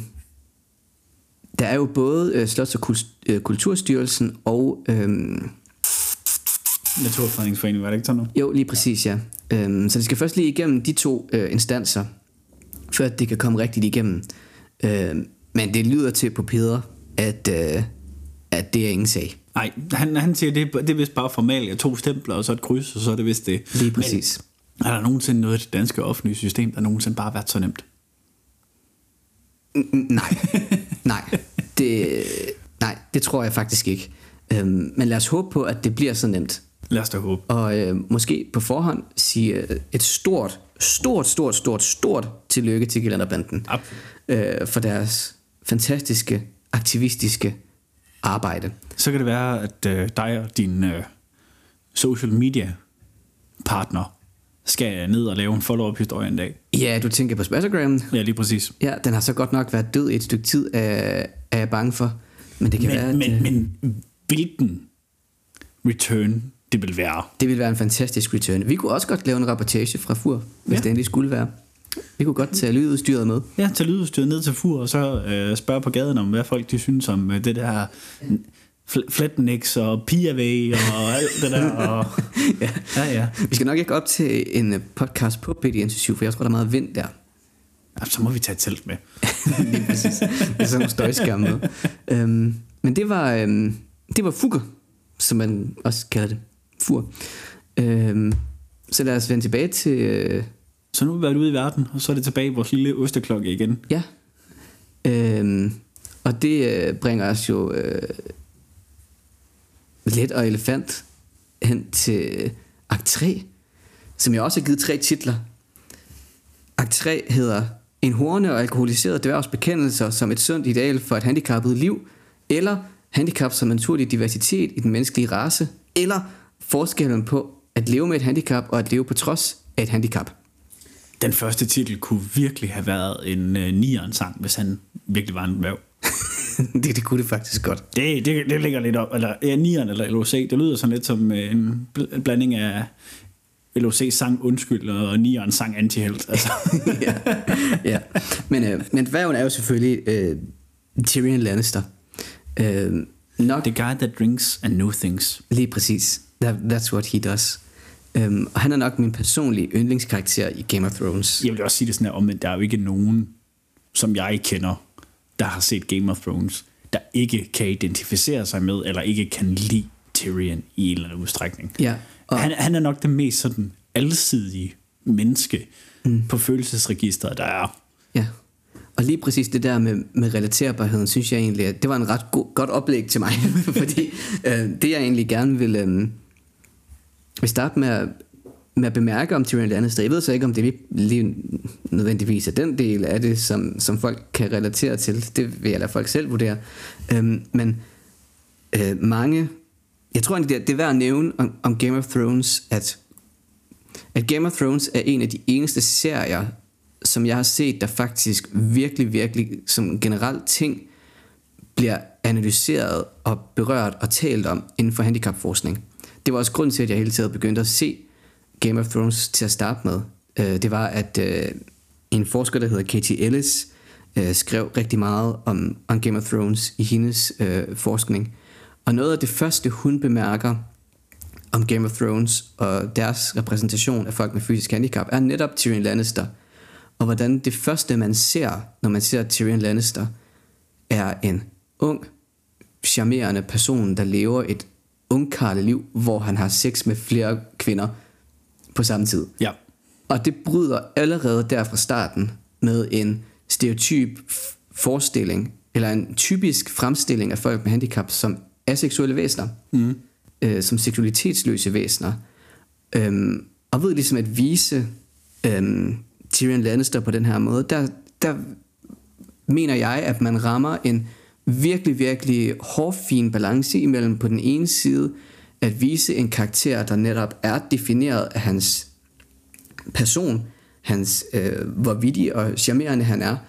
der er jo både øh, Slots- og Kulturstyrelsen og øhm, Naturfredningsforeningen, var det ikke sådan noget? Jo, lige præcis, ja. Øhm, så det skal først lige igennem de to øh, instanser, før det kan komme rigtigt igennem. Øhm, men det lyder til på Peder, at, øh, at det er ingen sag. Nej, han, han siger, det, det er vist bare formalia, to stempler og så et kryds, og så er det vist det. Lige præcis. Men er der nogensinde noget i det danske offentlige system, der nogensinde bare har været så nemt? Nej, nej, det, nej, det tror jeg faktisk ikke. Øhm, men lad os håbe på, at det bliver så nemt. Lad os da håbe. Og øh, måske på forhånd sige et stort, stort, stort, stort, stort tillykke til Gelænderbanden øh, for deres fantastiske, aktivistiske arbejde. Så kan det være, at øh, dig og din øh, social media partner skal ned og lave en follow-up historie en dag. Ja, du tænker på Spazzagram. Ja, lige præcis. Ja, den har så godt nok været død i et stykke tid, er, er jeg bange for. Men det kan men, være, at, men, men hvilken return det vil være? Det vil være en fantastisk return. Vi kunne også godt lave en rapportage fra Fur, hvis ja. det endelig skulle være. Vi kunne godt tage lydudstyret med. Ja, tage lydudstyret ned til Fur, og så øh, spørge på gaden om, hvad folk de synes om øh, det der fl- Flatnix og Piaway og alt det der. Og ja. Ja, ja. Vi skal nok ikke op til en podcast på B D N T syv, for jeg tror, der er meget vind der. Ja, så må vi tage et telt med. Lige præcis. Det er sådan nogle støjskærme med. øhm, men det var, øhm, det var Fugger, som man også kalder det. Fur. Øhm, så lad os vende tilbage til... Øh, så nu er vi været ude i verden, og så er det tilbage i vores lille osteklokke igen. Ja. Øhm, og det øh, bringer os jo øh, let og elefant hen til akt tre, som jeg også har givet tre titler. Akt tre hedder En horne og alkoholiseret dværgs bekendelser som et sundt ideal for et handicappet liv, eller handicap som naturlig diversitet i den menneskelige race, eller forskellen på at leve med et handicap og at leve på trods af et handicap. Den første titel kunne virkelig have været en uh, nieren-sang, hvis han virkelig var en dværg. det, det kunne det faktisk godt. Det, det, det ligger lidt op. Eller ja, nieren eller L O C, det lyder sådan lidt som en blanding af L O C sang undskyld og nieren sang antihelt. Altså. ja, ja. Men, øh, men dværgen er jo selvfølgelig øh, Tyrion Lannister. Øh, nok, The guy that drinks and knows things. Lige præcis. That, that's what he does. Um, og han er nok min personlige yndlingskarakter i Game of Thrones. Jeg vil også sige det sådan her om, at der er jo ikke nogen, som jeg kender, der har set Game of Thrones, der ikke kan identificere sig med, eller ikke kan lide Tyrion i en eller anden udstrækning. Ja, og han, han er nok det mest sådan alsidige menneske mm. på følelsesregisteret, der er. Ja, og lige præcis det der med, med relaterbarheden, synes jeg egentlig, at det var en ret god, godt oplæg til mig. Fordi øh, det jeg egentlig gerne vil... Øh, Vi starter med at, med at bemærke om Tyrion Lannister. Jeg ved så ikke, om det lige nødvendigvis er den del af det, som, som folk kan relatere til. Det vil jeg lade folk selv vurdere. Øhm, men øh, mange jeg tror, det, det er værd at nævne om, om Game of Thrones, at, at Game of Thrones er en af de eneste serier, som jeg har set, der faktisk virkelig, virkelig som generelt ting bliver analyseret og berørt og talt om inden for handicapforskning. Det var også grunden til, at jeg hele tiden begyndte at se Game of Thrones til at starte med. Det var, at en forsker, der hedder Katie Ellis, skrev rigtig meget om, om Game of Thrones i hendes øh, forskning. Og noget af det første, hun bemærker om Game of Thrones og deres repræsentation af folk med fysisk handicap, er netop Tyrion Lannister. Og hvordan det første, man ser, når man ser Tyrion Lannister, er en ung, charmerende person, der lever et ungkarligt liv, hvor han har sex med flere kvinder på samme tid. Ja. Og det bryder allerede der fra starten med en stereotyp forestilling, eller en typisk fremstilling af folk med handicap som aseksuelle væsener, mm. øh, som seksualitetsløse væsener. Øhm, og ved ligesom at vise øhm, Tyrion Lannister på den her måde, der, der mener jeg, at man rammer en virkelig, virkelig hårfin balance imellem på den ene side at vise en karakter, der netop er defineret af hans person, hans, øh, hvor vittig og charmerende han er,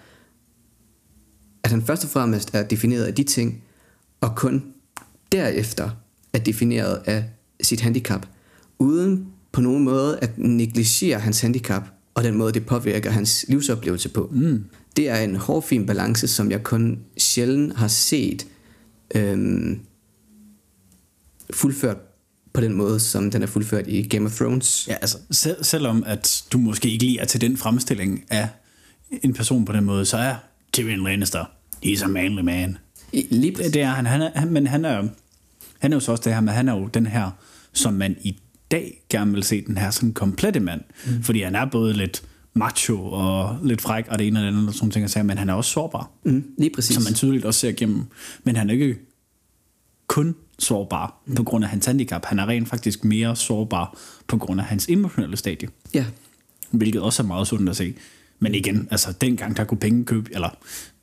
at han først og fremmest er defineret af de ting, og kun derefter er defineret af sit handicap, uden på nogen måde at negligere hans handicap, og den måde det påvirker hans livsoplevelse på. Mm. Det er en hårfin balance, som jeg kun sjældent har set øhm, fuldført på den måde, som den er fuldført i Game of Thrones. Ja, altså selv, selvom at du måske ikke lige er til den fremstilling af en person på den måde, så er Tyrion Lannister, he's a manly man. Lige det er han, han er, han, men han er, han er jo så også det her, men han er jo den her, som man i dag gerne vil se, den her sådan komplette mand, mm. fordi han er både lidt macho og lidt fræk og det ene og det andet, og sådan ting at sige, men han er også sårbar. Mm, lige præcis. Som man tydeligt også ser igennem. Men han er ikke kun sårbar mm. på grund af hans handicap. Han er rent faktisk mere sårbar på grund af hans emotionelle stadie. Ja. Hvilket også er meget sundt at se. Men igen, altså dengang der kunne penge købe, eller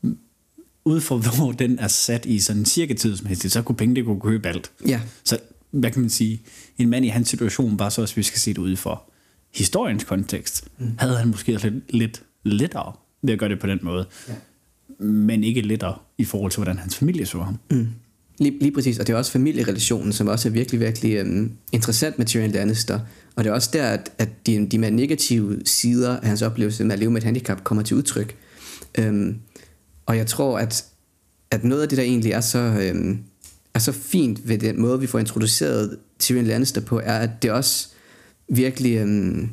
ud fra hvor den er sat i sådan cirka tidsmæssigt, så kunne penge det kunne købe alt. Ja. Så hvad kan man sige, en mand i hans situation, bare så hvis vi skal se det ud for historiens kontekst, mm. havde han måske også lidt, lidt lettere ved at gøre det på den måde. Ja. Men ikke lettere i forhold til, hvordan hans familie så ham. Mm. Lige, lige præcis, og det er også familierelationen, som også er virkelig, virkelig um, interessant med Tyrion Lannister. Og det er også der, at, at de, de mere negative sider af hans oplevelse med at leve med et handicap kommer til udtryk. Um, og jeg tror, at, at noget af det, der egentlig er så, um, er så fint ved den måde, vi får introduceret Tyrion Lannister på, er, at det også virkelig um,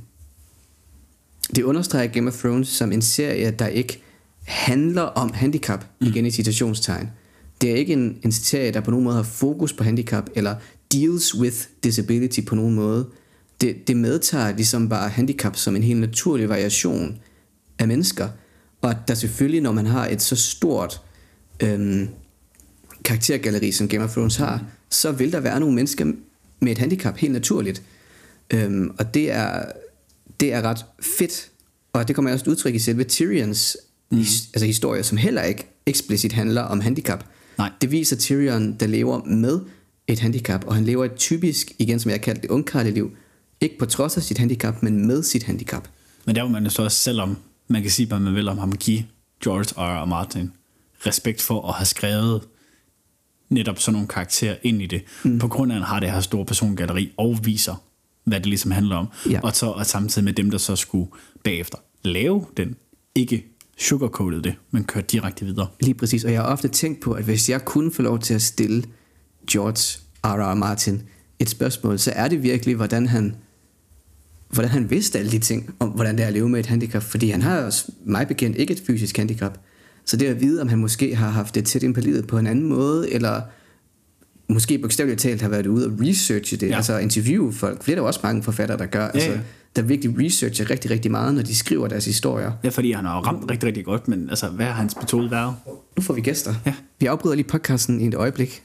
det understreger Game of Thrones som en serie, der ikke handler om handicap, mm. igen i citationstegn. Det er ikke en, en serie, der på nogen måde har fokus på handicap, eller deals with disability på nogen måde. Det, det medtager ligesom bare handicap som en helt naturlig variation af mennesker. Og at der selvfølgelig, når man har et så stort øhm, karaktergalleri, som Game of Thrones har, så vil der være nogle mennesker med et handicap helt naturligt. Øhm, og det er, det er ret fedt. Og det kommer også til udtryk i selve Tyrions mm. his, altså historie, som heller ikke eksplicit handler om handicap. Nej. Det viser Tyrion, der lever med et handicap, og han lever et typisk, igen som jeg kaldte det, ungkarligt liv. Ikke på trods af sit handicap, men med sit handicap. Men der var man jo så også, selvom man kan sige, hvad man vil om ham, give George R. R. Martin respekt for at have skrevet netop sådan nogle karakterer ind i det, mm. på grund af, at han har det her store persongalleri og viser, hvad det ligesom handler om. Ja. Og så og samtidig med dem, der så skulle bagefter lave den, ikke sugarcoated det, men kørte direkte videre. Lige præcis, og jeg har ofte tænkt på, at hvis jeg kunne få lov til at stille George R. R. Martin et spørgsmål, så er det virkelig, hvordan han hvordan han vidste alle de ting om, hvordan det er at leve med et handicap, fordi han har også mig bekendt ikke et fysisk handicap. Så det at vide, om han måske har haft det tæt ind på livet på en anden måde, eller måske bogstaveligt talt har været ude og researche det, ja. Altså interviewe folk. For det er der også mange forfattere, der gør, ja, altså, der virkelig researcher rigtig, rigtig meget, når de skriver deres historier. Ja, fordi han har ramt rigtig, rigtig godt, men altså, hvad har hans metode været? Nu får vi gæster. Ja. Vi afbryder lige podcasten i et øjeblik.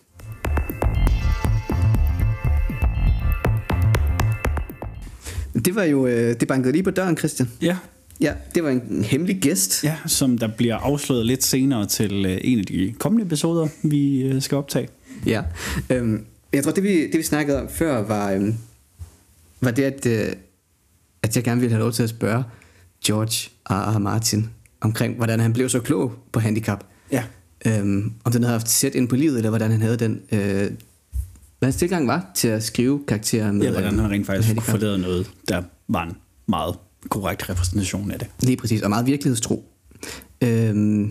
Det var jo, det bankede lige på døren, Christian. Ja. Ja, det var en hemmelig gæst. Ja, som der bliver afsløret lidt senere til en af de kommende episoder, vi skal optage. Ja, øhm, Jeg tror, det vi, det vi snakkede om før, var, øhm, var det, at, øh, at jeg gerne ville have lov til at spørge George R. R. Martin omkring, hvordan han blev så klog på handicap. Ja. Øhm, om den havde haft sæt ind på livet, eller hvordan han havde den... Øh, hvad hans tilgang var til at skrive karakterer med... Ja, hvordan han rent faktisk handicap. forlade noget, der var en meget korrekt repræsentation af det. Lige præcis, og meget virkelighedstro. Øhm,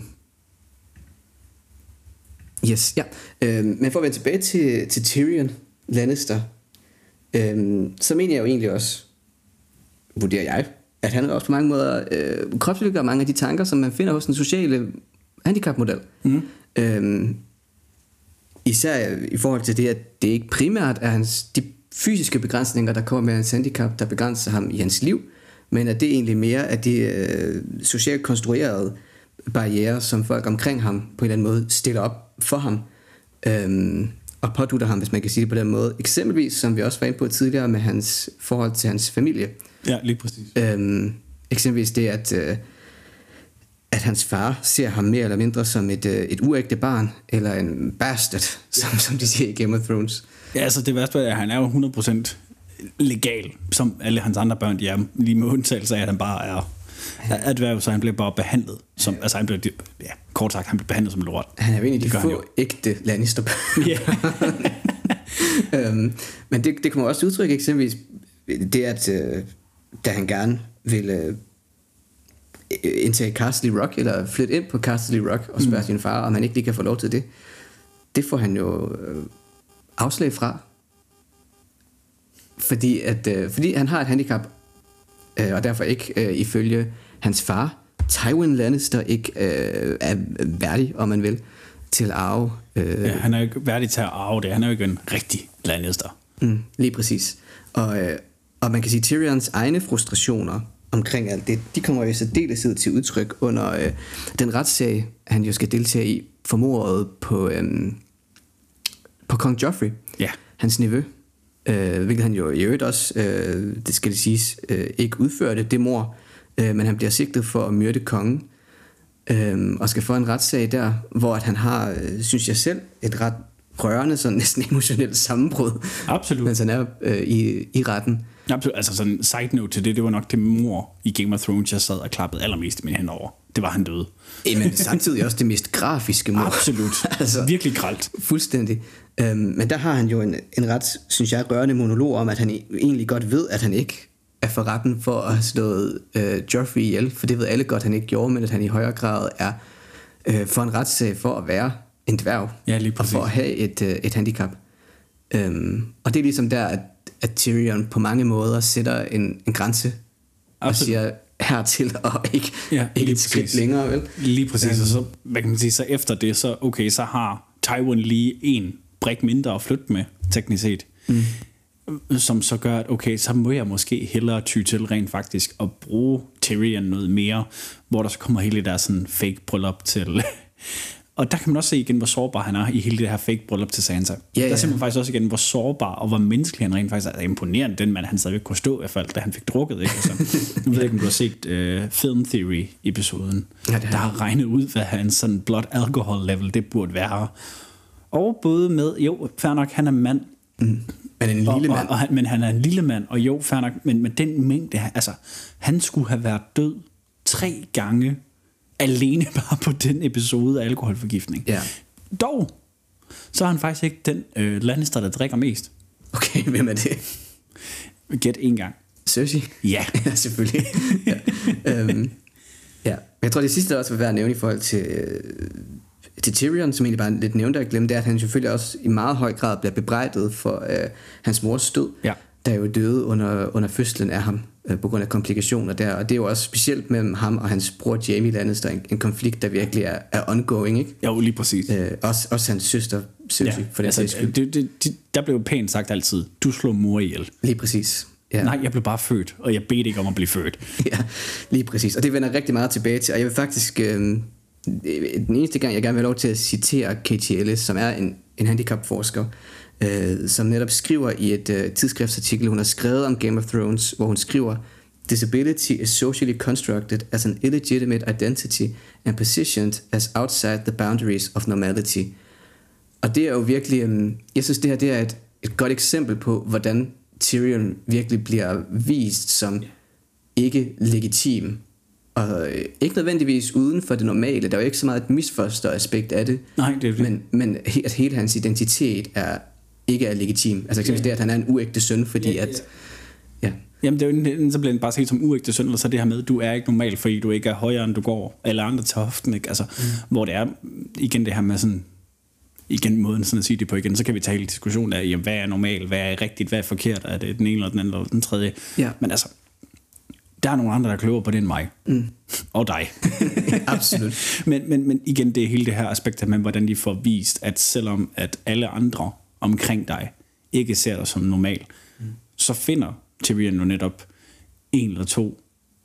yes, ja. Øhm, men for at vende tilbage til, til Tyrion Lannister, øhm, så mener jeg jo egentlig også, vurderer jeg, at han også på mange måder øh, kropsliggør mange af de tanker, som man finder hos den sociale handicapmodel. Mm. Øhm, især i forhold til det, at det ikke primært er hans, de fysiske begrænsninger, der kommer med hans handicap, der begrænser ham i hans liv, men at det egentlig mere er de øh, socialt konstruerede barrierer, som folk omkring ham på en eller anden måde stiller op for ham, øhm, og pådutter ham, hvis man kan sige det på den måde. Eksempelvis, som vi også var inde på tidligere, med hans forhold til hans familie. Ja, lige præcis. Øhm, eksempelvis det, at, øh, at hans far ser ham mere eller mindre som et, øh, et uægte barn, eller en bastard, som, som de siger i Game of Thrones. Ja, altså det værste er, at han er jo hundrede procent legal, som alle hans andre børn, de er, lige med undtagelse af, at han bare er at være, så han bliver bare behandlet som, altså han bliver, ja, kort sagt, han bliver behandlet som lort. Han er jo en af de få ægte Lannister-børn. Yeah. øhm, men det, det kommer også til udtryk, eksempelvis det, at øh, da han gerne ville øh, indtage Castle Rock, eller flytte ind på Castle Rock og spørge mm. sin far, om han ikke lige kan få lov til det, det får han jo øh, afslag fra. Fordi, at, øh, fordi han har et handicap, øh, og derfor ikke øh, ifølge hans far, Tywin Lannister, ikke øh, er værdig, om man vil, til at arve. Øh, ja, han er jo ikke værdig til at arve det. Han er jo ikke en rigtig Lannister. Mm, lige præcis. Og, øh, og man kan sige, Tyrions egne frustrationer omkring alt det, de kommer jo særdeleshed til udtryk under øh, den retssag, han jo skal deltage i for mordet på, øh, på kong Joffrey, ja. hans nevø. Øh, hvilket han jo i øvrigt også, øh, det skal det siges, øh, ikke udførte det mord, øh, men han bliver sigtet for at myrde kongen, øh, og skal få en retssag der, hvor at han har, øh, synes jeg selv, et ret rørende, sådan næsten emotionelt sammenbrud. Absolut. Mens han er øh, i, i retten. Absolut. Altså sådan en side note til det, det var nok det mord i Game of Thrones, jeg sad og klappede allermest i mine hænder over. Det var, han døde. Men samtidig også det mest grafiske mord. Absolut. altså, virkelig grelt. Fuldstændig. Øhm, men der har han jo en, en ret, synes jeg, rørende monolog om, at han egentlig godt ved, at han ikke er for retten for at have slået øh, Joffrey ihjel, for det ved alle godt, han ikke gjorde, men at han i højere grad er øh, for en retssag for at være en dværg, ja, lige og for at have et, øh, et handicap. Øhm, og det er ligesom der, at, at Tyrion på mange måder sætter en, en grænse, og Absolut. siger hertil, og ikke, ja, ikke et skridt præcis. længere, vel? Lige præcis, og så, hvad kan man sige, så efter det, så okay, så har Tywin lige en brik mindre at flytte med, teknisk set. Mm. Som så gør, at okay, så må jeg måske hellere ty til rent faktisk at bruge Tyrion noget mere, hvor der så kommer hele det der sådan fake bryllup til. Og der kan man også se igen, hvor sårbar han er i hele det her fake bryllup til Sansa. Ja, der ja. ser man faktisk også igen, hvor sårbar og hvor menneskelig han rent faktisk er. Altså, imponerende, den mand, han stadigvæk kunne stå i hvert fald, da han fik drukket. Ikke? Altså, nu ved jeg ikke, om du har set uh, Film Theory-episoden, ja, der har regnet ud, hvad hans sådan blood alcohol level, det burde være. Og både med, jo, fair nok, han er mand. Mm. Men en lille og, mand. Og, og han, men han er en lille mand, og jo, fair nok, men, men den mængde, altså, han skulle have været død tre gange, alene bare på den episode af alkoholforgiftning. Ja. Dog, så er han faktisk ikke den øh, Lannister, der drikker mest. Okay, hvem er det? Gæt en gang. Cersei? Ja. Ja, selvfølgelig. ja. Øhm, ja. Jeg tror, det sidste også vil være at nævne i forhold til, øh, til Tyrion, som egentlig bare lidt nævnte at glemme, det er, at han selvfølgelig også i meget høj grad bliver bebrejdet for øh, hans mors død, ja. der jo døde under, under fødslen af ham, øh, på grund af komplikationer der. Og det er jo også specielt mellem ham og hans bror Jaime Lannister, en, en konflikt, der virkelig er, er ongoing, ikke? Jo, lige præcis. Øh, også, også hans søster, Cersei, ja. for den altså, skyld. Det, det, det, der blev pænt sagt altid, du slår mor ihjel. Lige præcis. Ja. Nej, jeg blev bare født, og jeg bedte ikke om at blive født. Ja, lige præcis. Og det vender rigtig meget tilbage til, og jeg vil faktisk, øh, den eneste gang, jeg gerne vil have lov til at citere Katie Ellis, som er en, en handicapforsker, øh, som netop skriver i et øh, tidsskriftsartikel, hun har skrevet om Game of Thrones, hvor hun skriver, disability is socially constructed as an illegitimate identity and positioned as outside the boundaries of normality. Og det er jo virkelig, øh, jeg synes det her, det er et et godt eksempel på, hvordan Tyrion virkelig bliver vist som ikke legitim. Og ikke nødvendigvis uden for det normale. Der er jo ikke så meget et misforstået aspekt af det. Nej, det er det. Men, men at hele hans identitet er ikke er legitim. Altså eksempelvis ja. det, at han er en uægte søn, fordi ja, ja. at... Ja. Jamen, det er jo, så bliver den bare set som uægte søn, eller så det her med, du er ikke normal, fordi du ikke er højere, end du går, eller andre til hoften, ikke? Altså, mm. hvor det er, igen det her med sådan, igen måden sådan at sige det på igen, så kan vi tage hele diskussionen af, jamen, hvad er normal, hvad er rigtigt, hvad er forkert, er det den ene eller den anden eller den tredje. Ja. Men altså, der er nogle andre, der er klogere på det end mig. Mm. Og dig. Absolut. men, men, men igen, det er hele det her aspekt med, hvordan de får vist, at selvom at alle andre omkring dig ikke ser dig som normal, mm. så finder Tyrion jo netop en eller to,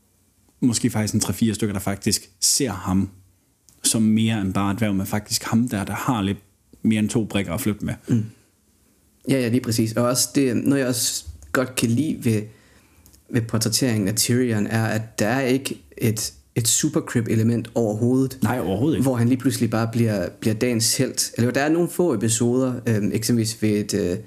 måske faktisk en tre-fire stykker, der faktisk ser ham som mere end bare et dværg, men faktisk ham der, der har lidt mere end to brikker at flytte med. Mm. Ja, ja, lige præcis. Og også det, noget jeg også godt kan lide ved, ved portrætteringen af Tyrion, er, at der er ikke et, et supercrip-element overhovedet. Nej, overhovedet ikke. Hvor han lige pludselig bare bliver, bliver dagens helt. Eller der er nogle få episoder, øh, eksempelvis ved et... Øh,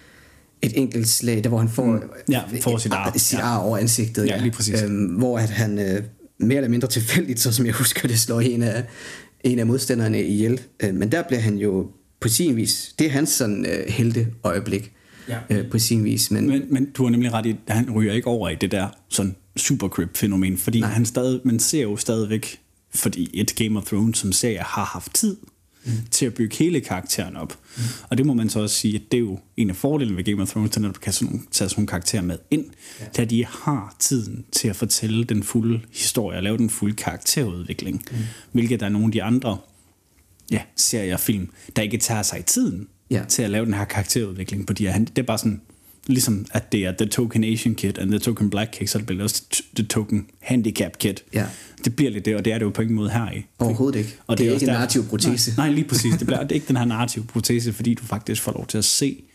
et enkelt slag, der hvor han får, mm. ja, får sit ar, sit ar over ansigtet, ja, lige præcis. Øhm, hvor at han øh, mere eller mindre tilfældigt, så som jeg husker det, slår en af, en af modstanderne ihjel. Øh, men der bliver han jo på sin vis, det er hans sådan øh, helte øjeblik, ja. øh, på sin vis. Men, men, men du har nemlig ret i, at han ryger ikke over i det der sådan supercrip-fænomen, fordi nej. han stadig, man ser jo stadigvæk, fordi et Game of Thrones som serie har haft tid Mm. til at bygge hele karakteren op. Mm. Og det må man så også sige, at det er jo en af fordelene ved Game of Thrones, når du kan sådan, tage sådan nogle karakterer med ind, ja. da de har tiden til at fortælle den fulde historie og lave den fulde karakterudvikling. Mm. Hvilket der er nogle af de andre ja, serier og film, der ikke tager sig i tiden ja. til at lave den her karakterudvikling på de her. Det er bare sådan, ligesom at det er The Token Asian Kid and The Token Black Kid, så det bliver også The Token Handicap Kid. Ja. Det bliver lidt det, og det er det jo på ingen måde her i. Overhovedet ikke. Og det, det er ikke en narrativ protese. Nej, nej, lige præcis. Det, bliver, det er ikke den her narrativ protese, fordi du faktisk får lov til at se,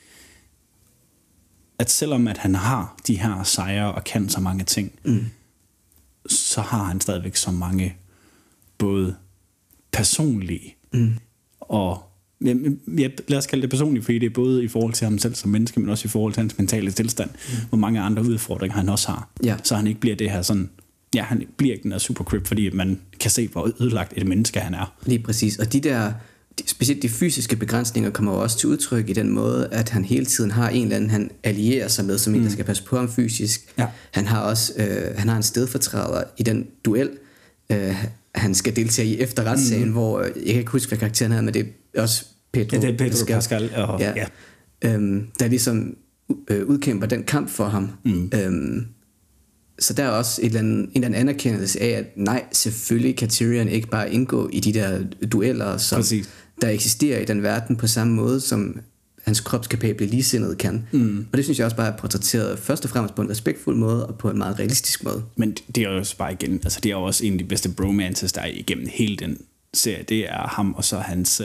at selvom at han har de her sejre og kan så mange ting, mm. så har han stadigvæk så mange både personlige mm. og ja, lad os kalde det personligt, fordi det er både i forhold til ham selv som menneske, men også i forhold til hans mentale tilstand, mm. hvor mange andre udfordringer han også har. Ja. Så han ikke bliver det her sådan, ja, han bliver ikke den der supercrip, fordi man kan se, hvor ødelagt et menneske han er. Lige præcis, og de der, specielt de fysiske begrænsninger kommer jo også til udtryk i den måde, at han hele tiden har en eller anden, han allierer sig med, som en, der skal passe på ham fysisk. Ja. Han har også, øh, han har en stedfortræder i den duel, øh, han skal deltage i efter retssagen, mm. hvor, jeg kan ikke huske, hvad karakteren havde, men det er også Pedro, ja, det er Pedro Pascal, Pascal og, ja. Ja. Øhm, der ligesom øh, udkæmper den kamp for ham. Mm. Øhm, så der er også et eller andet, en eller anden anerkendelse af, at nej, selvfølgelig kan Tyrion ikke bare indgå i de der dueller, som præcis. Der eksisterer i den verden på samme måde, som hans kropskapable ligesindede kan. Mm. Og det synes jeg også bare er portrætteret først og fremmest på en respektfuld måde, og på en meget realistisk måde. Men det er jo også bare igen, altså det er jo også en af de bedste bromances, der er igennem hele den serie. Det er ham og så hans... Øh,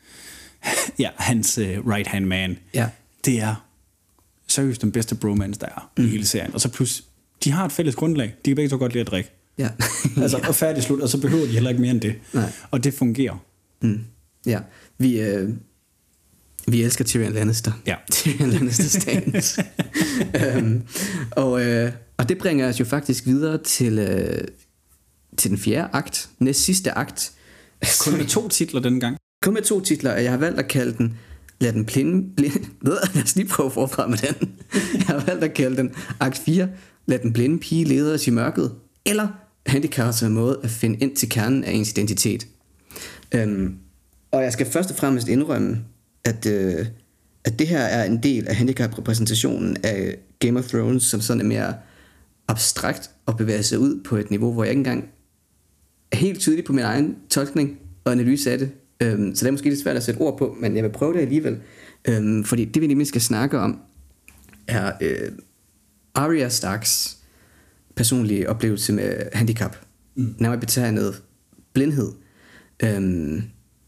ja, hans uh, right hand man. Ja. Det er seriøst den bedste bromance, der er mm. i hele serien. Og så plus, de har et fælles grundlag. De kan begge så godt lide at drikke. Ja. altså, og færdig slut, og så behøver de heller ikke mere end det. Nej. Og det fungerer. Mm. Ja, vi, øh, vi elsker Tyrion Lannister. Ja. Tyrion Lannister stands. um, og, øh, og det bringer os jo faktisk videre til, øh, til den fjerde akt. Næst sidste akt. Kun med to titler denne gang. Kun med to titler, og jeg har valgt at kalde den Lad den blinde... blinde lad os lige prøve forfra med den. Jeg har valgt at kalde den Akt fire, Lad den blinde pige lede os i mørket, eller Handicap som en måde at finde ind til kernen af ens identitet. Um, og jeg skal først og fremmest indrømme, at, uh, at det her er en del af handicap-repræsentationen af Game of Thrones, som sådan er mere abstrakt og bevæger sig ud på et niveau, hvor jeg ikke engang er helt tydelig på min egen tolkning og analyse af det. Um, så det er måske lidt svært at sætte ord på, men jeg vil prøve det alligevel. Um, fordi det vi nemlig skal snakke om er uh, Arya Starks personlige oplevelse med handicap. Mm. Nærmere betegnet blindhed. Um,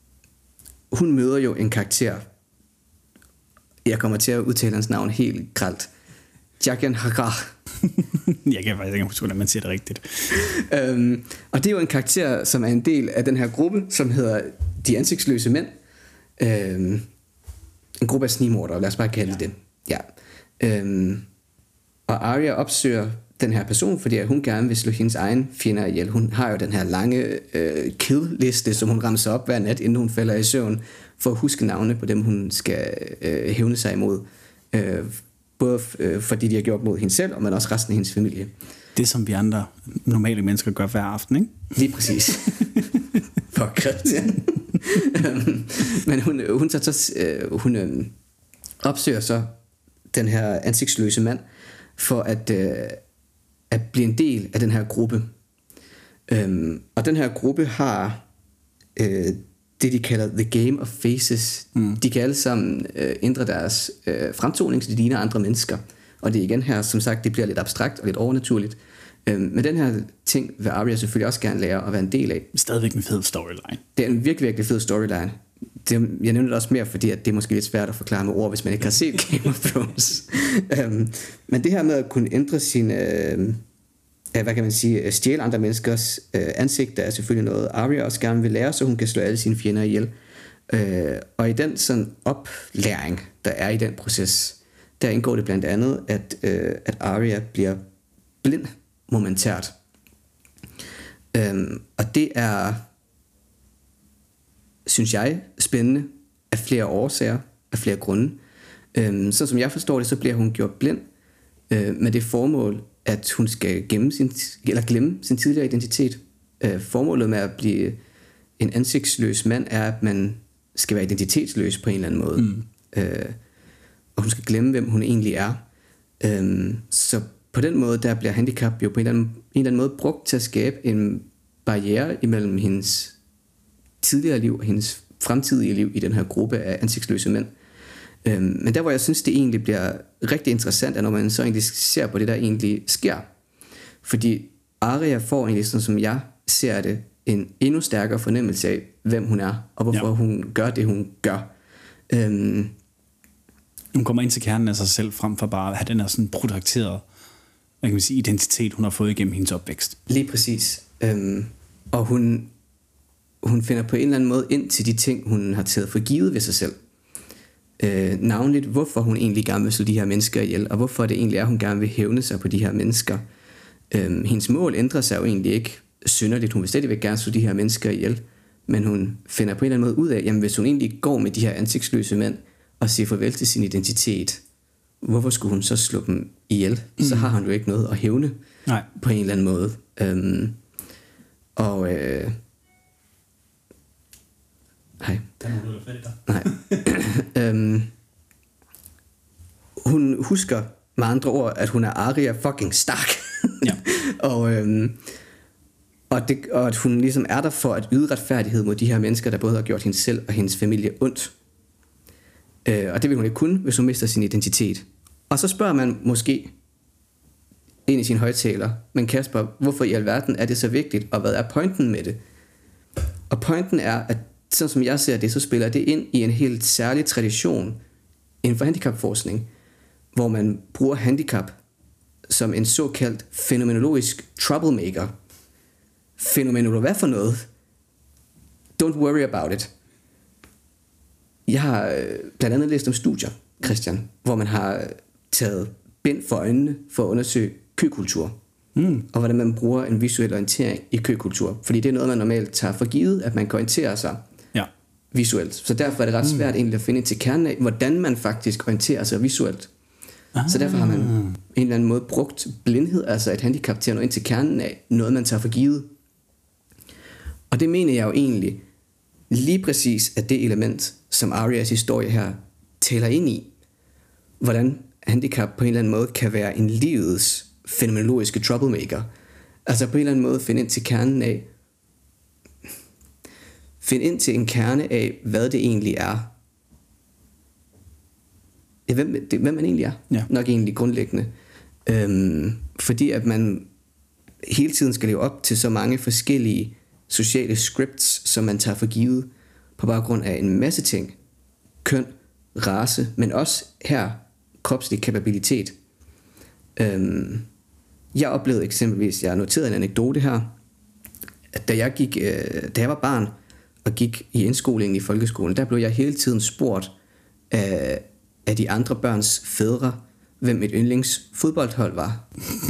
hun møder jo en karakter, jeg kommer til at udtale hans navn helt grelt, Jaqen H'ghar. Jeg kan faktisk ikke huske, hvordan man siger det rigtigt. um, og det er jo en karakter, som er en del af den her gruppe, som hedder De Ansigtsløse Mænd. Um, en gruppe af snigmordere, lad os bare kalde ja. det. Ja. Øhm, og Arya opsøger den her person, fordi hun gerne vil slå hendes egen fjender ihjel. Hun har jo den her lange øh, kill-liste, som hun ramser op hver nat, inden hun falder i søvn, for at huske navne på dem, hun skal øh, hævne sig imod. Øh, både øh, fordi de har gjort mod hende selv, og men også resten af hendes familie. Det, som vi andre normale mennesker gør hver aften, ikke? Lige præcis. For Christian. Men hun, hun, tager så, øh, hun øh, opsøger så den her ansigtsløse mand, for at, øh, at blive en del af den her gruppe. Øhm, og den her gruppe har øh, det, de kalder The Game of Faces. Mm. De kan alle sammen øh, ændre deres øh, fremtoning, så de ligner andre mennesker. Og det er igen her, som sagt, det bliver lidt abstrakt og lidt overnaturligt. Øhm, men den her ting vil Arya selvfølgelig også gerne lære at være en del af. Stadigvæk en fed storyline. Det er en virkelig, virkelig fed storyline. Det, jeg nævner det også mere, fordi at det er måske lidt svært at forklare med ord, hvis man ikke har set Game of Thrones. øhm, men det her med at kunne ændre sine, øh, hvad kan man sige, stjæle andre menneskers øh, ansigter, er selvfølgelig noget, Arya også gerne vil lære, så hun kan slå alle sine fjender ihjel. Øh, og i den sådan oplæring, der er i den proces, der indgår det blandt andet, at, øh, at Arya bliver blind momentært. Øhm, og det er, synes jeg, spændende af flere årsager, af flere grunde. Øhm, så som jeg forstår det, så bliver hun gjort blind øh, med det formål, at hun skal gemme sin, eller glemme sin tidligere identitet. Øh, formålet med at blive en ansigtsløs mand er, at man skal være identitetsløs på en eller anden måde. Mm. Øh, og hun skal glemme, hvem hun egentlig er. Øh, så på den måde, der bliver handicap jo på en eller, anden, en eller anden måde brugt til at skabe en barriere imellem hendes tidligere liv og hendes fremtidige liv i den her gruppe af ansigtsløse mænd. Øhm, men der hvor jeg synes det egentlig bliver rigtig interessant er når man så egentlig ser på det der egentlig sker, fordi Arya får egentlig sådan som jeg ser det en endnu stærkere fornemmelse af hvem hun er og hvorfor ja. hun gør det hun gør. øhm, Hun kommer ind til kernen af sig selv frem for bare at have den her sådan protekteret, hvad kan man sige, identitet hun har fået igennem hendes opvækst. Lige præcis. øhm, og hun hun finder på en eller anden måde ind til de ting hun har taget for givet ved sig selv. Øh, navnligt hvorfor hun egentlig gerne vil slå de her mennesker ihjel, og hvorfor det egentlig er hun gerne vil hævne sig på de her mennesker. øh, Hendes mål ændrer sig jo egentlig ikke synderligt. Hun vil stadigvæk gerne slå de her mennesker ihjel, men hun finder på en eller anden måde ud af, jamen hvis hun egentlig går med de her ansigtsløse mænd og siger farvel til sin identitet, hvorfor skulle hun så slå dem ihjel? Mm. Så har hun jo ikke noget at hævne. Nej. På en eller anden måde. øhm, Og øh, Hej. Nej. øhm, hun husker med andre ord, at hun er Arya fucking Stark. Ja. og, øhm, og, det, og at hun ligesom er der for at yde retfærdighed mod de her mennesker, der både har gjort hende selv og hendes familie ondt. Øh, og det vil hun ikke kunne, hvis hun mister sin identitet. Og så spørger man måske ind i sin højtaler, men Kasper, hvorfor i alverden er det så vigtigt, og hvad er pointen med det? Og pointen er, at sådan som jeg ser det, så spiller det ind i en helt særlig tradition inden for handicapforskning, hvor man bruger handicap som en såkaldt fænomenologisk troublemaker. Fænomenolo, hvad for noget? Don't worry about it. Jeg har blandt andet læst om studier, Christian, hvor man har taget bind for øjnene for at undersøge køkultur. Mm. Og hvordan man bruger en visuel orientering i køkultur. Fordi det er noget, man normalt tager for givet, at man kan orientere sig ja. visuelt. Så derfor er det ret svært mm. egentlig at finde til kernen af, hvordan man faktisk orienterer sig visuelt. Ah. Så derfor har man en eller anden måde brugt blindhed, altså et handicap, til at nå ind til kernen af noget, man tager for givet. Og det mener jeg jo egentlig lige præcis er det element, som Arias historie her taler ind i. Hvordan handicap på en eller anden måde kan være en livets fænomenologiske troublemaker. Altså på en eller anden måde finde ind til kernen af finde ind til en kerne af, hvad det egentlig er. Ja, hvem, det, hvem man egentlig er. Ja. Nok egentlig grundlæggende. Øhm, fordi at man hele tiden skal leve op til så mange forskellige sociale scripts, som man tager for givet på baggrund af en masse ting. Køn, race, men også her kropslig kapabilitet. Øhm, jeg oplevede eksempelvis, jeg noterede en anekdote her, at da jeg, gik, øh, da jeg var barn og gik i indskolingen i folkeskolen, der blev jeg hele tiden spurgt af af de andre børns fædre, hvem mit yndlingsfodboldhold var.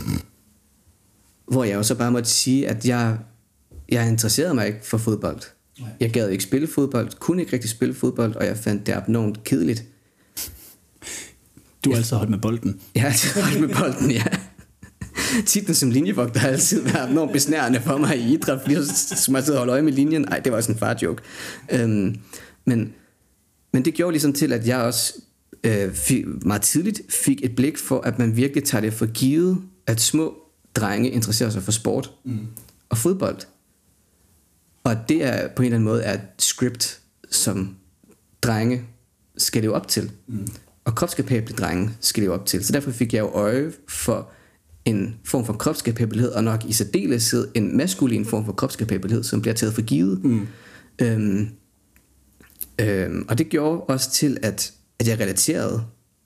Hvor jeg jo så bare måtte sige, at jeg, jeg interesserede mig ikke for fodbold. Jeg gad ikke spille fodbold, kunne ikke rigtig spille fodbold, og jeg fandt det abnormt kedeligt. Du har altid holdt med bolden. Jeg har altid holdt med bolden, ja. Titlen som linjevogter har altid været enormt besnærende for mig i idræt, fordi jeg skulle altid holde øje med linjen. Nej, det var også en far-joke. Øhm, men, men det gjorde ligesom til, at jeg også øh, fik, meget tidligt fik et blik for, at man virkelig tager det for givet, at små drenge interesserer sig for sport mm. og fodbold. Og det er på en eller anden måde er et script, som drenge skal leve op til. Mm. Og kropskapable drenge skal leve op til. Så derfor fik jeg jo øje for en form for kropskapabelhed, og nok i særdeleshed en maskulin form for kropskapabelhed, som bliver taget for givet. Mm. Øhm, øhm, og det gjorde også til, at, at jeg relaterede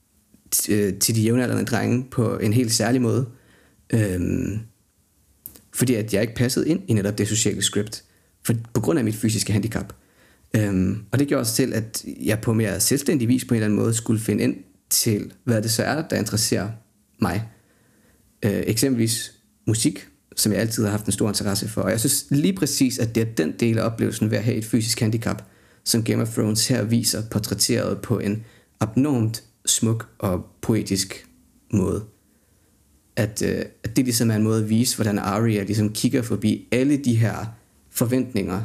t- til de jævnaldrende drenge på en helt særlig måde. Øhm, fordi at jeg ikke passede ind i netop det sociale script, for, på grund af mit fysiske handicap. Øhm, og det gjorde også til, at jeg på mere selvstændig vis på en eller anden måde skulle finde ind til, hvad det så er, der interesserer mig. Øh, eksempelvis musik, som jeg altid har haft en stor interesse for. Og jeg synes lige præcis, at det er den del af oplevelsen ved at have et fysisk handicap, som Game of Thrones her viser portrætteret på en abnormt smuk og poetisk måde. At, øh, at det ligesom er en måde at vise, hvordan Arya ligesom kigger forbi alle de her forventninger,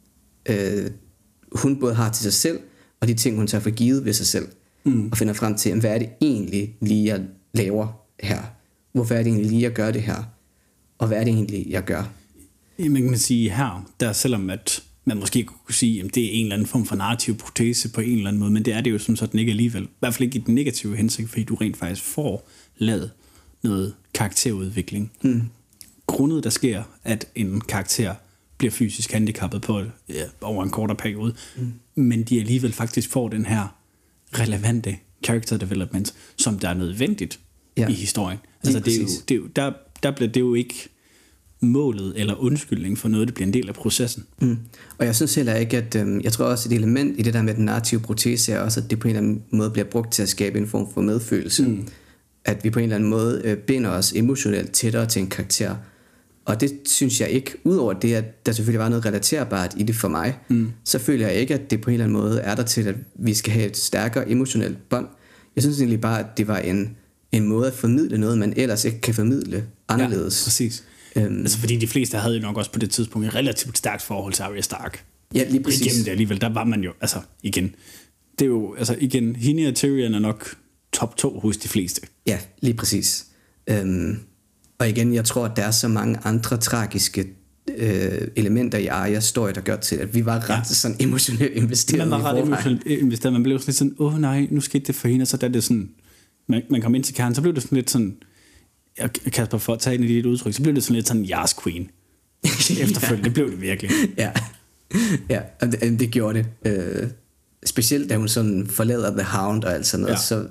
øh, hun både har til sig selv, og de ting, hun tager for givet ved sig selv, mm. og finder frem til, hvad er det egentlig lige, jeg laver her? Hvorfor er det egentlig lige, jeg gør det her? Og hvad er det egentlig, jeg gør? Man kan sige her, der selvom at man måske kunne sige, at det er en eller anden form for narrativ protese på en eller anden måde, men det er det jo som sådan ikke alligevel. I hvert fald ikke i den negative hensigt, fordi du rent faktisk får lavet noget karakterudvikling. Mm. Grundet der sker, at en karakter bliver fysisk handicappet på ja, over en kortere periode, mm. men de alligevel faktisk får den her relevante character development, som der er nødvendigt ja. i historien. Altså det er jo, det er jo, der, der bliver det jo ikke målet eller undskyldning for noget, det bliver en del af processen. Mm. Og jeg synes heller ikke, at øhm, jeg tror også, et element i det der med den narrative protese er også, at det på en eller anden måde bliver brugt til at skabe en form for medfølelse. Mm. At vi på en eller anden måde øh, binder os emotionelt tættere til en karakter. Og det synes jeg ikke, udover det, at der selvfølgelig var noget relaterbart i det for mig, mm. så føler jeg ikke, at det på en eller anden måde er der til, at vi skal have et stærkere emotionelt bånd. Jeg synes egentlig bare, at det var en, en måde at formidle noget, man ellers ikke kan formidle anderledes. Ja, præcis. Øhm, altså fordi de fleste havde jo nok også på det tidspunkt et relativt stærkt forhold til Arya Stark. Ja, lige præcis. Igennem det alligevel, der var man jo, altså igen, det er jo, altså igen, hende og Tyrion er nok top to hos de fleste. Ja, lige præcis. Øhm, og igen, jeg tror, at der er så mange andre tragiske øh, elementer i Aryas story, der gør til, at vi var ret ja. sådan emotionelt investeret. Man var ret emotionelt investeret, man blev sådan lidt sådan, åh oh, nej, nu skete det for hende, og så da det sådan, man, man kom ind til kernen, så blev det sådan lidt sådan, jeg Kasper, for at tage ind i dit udtryk, så blev det sådan lidt sådan Yas Queen. Efterfølgende, det blev det virkelig. Ja, ja det, det gjorde det. Øh, specielt da hun sådan forlader The Hound og alt sådan noget, ja. så,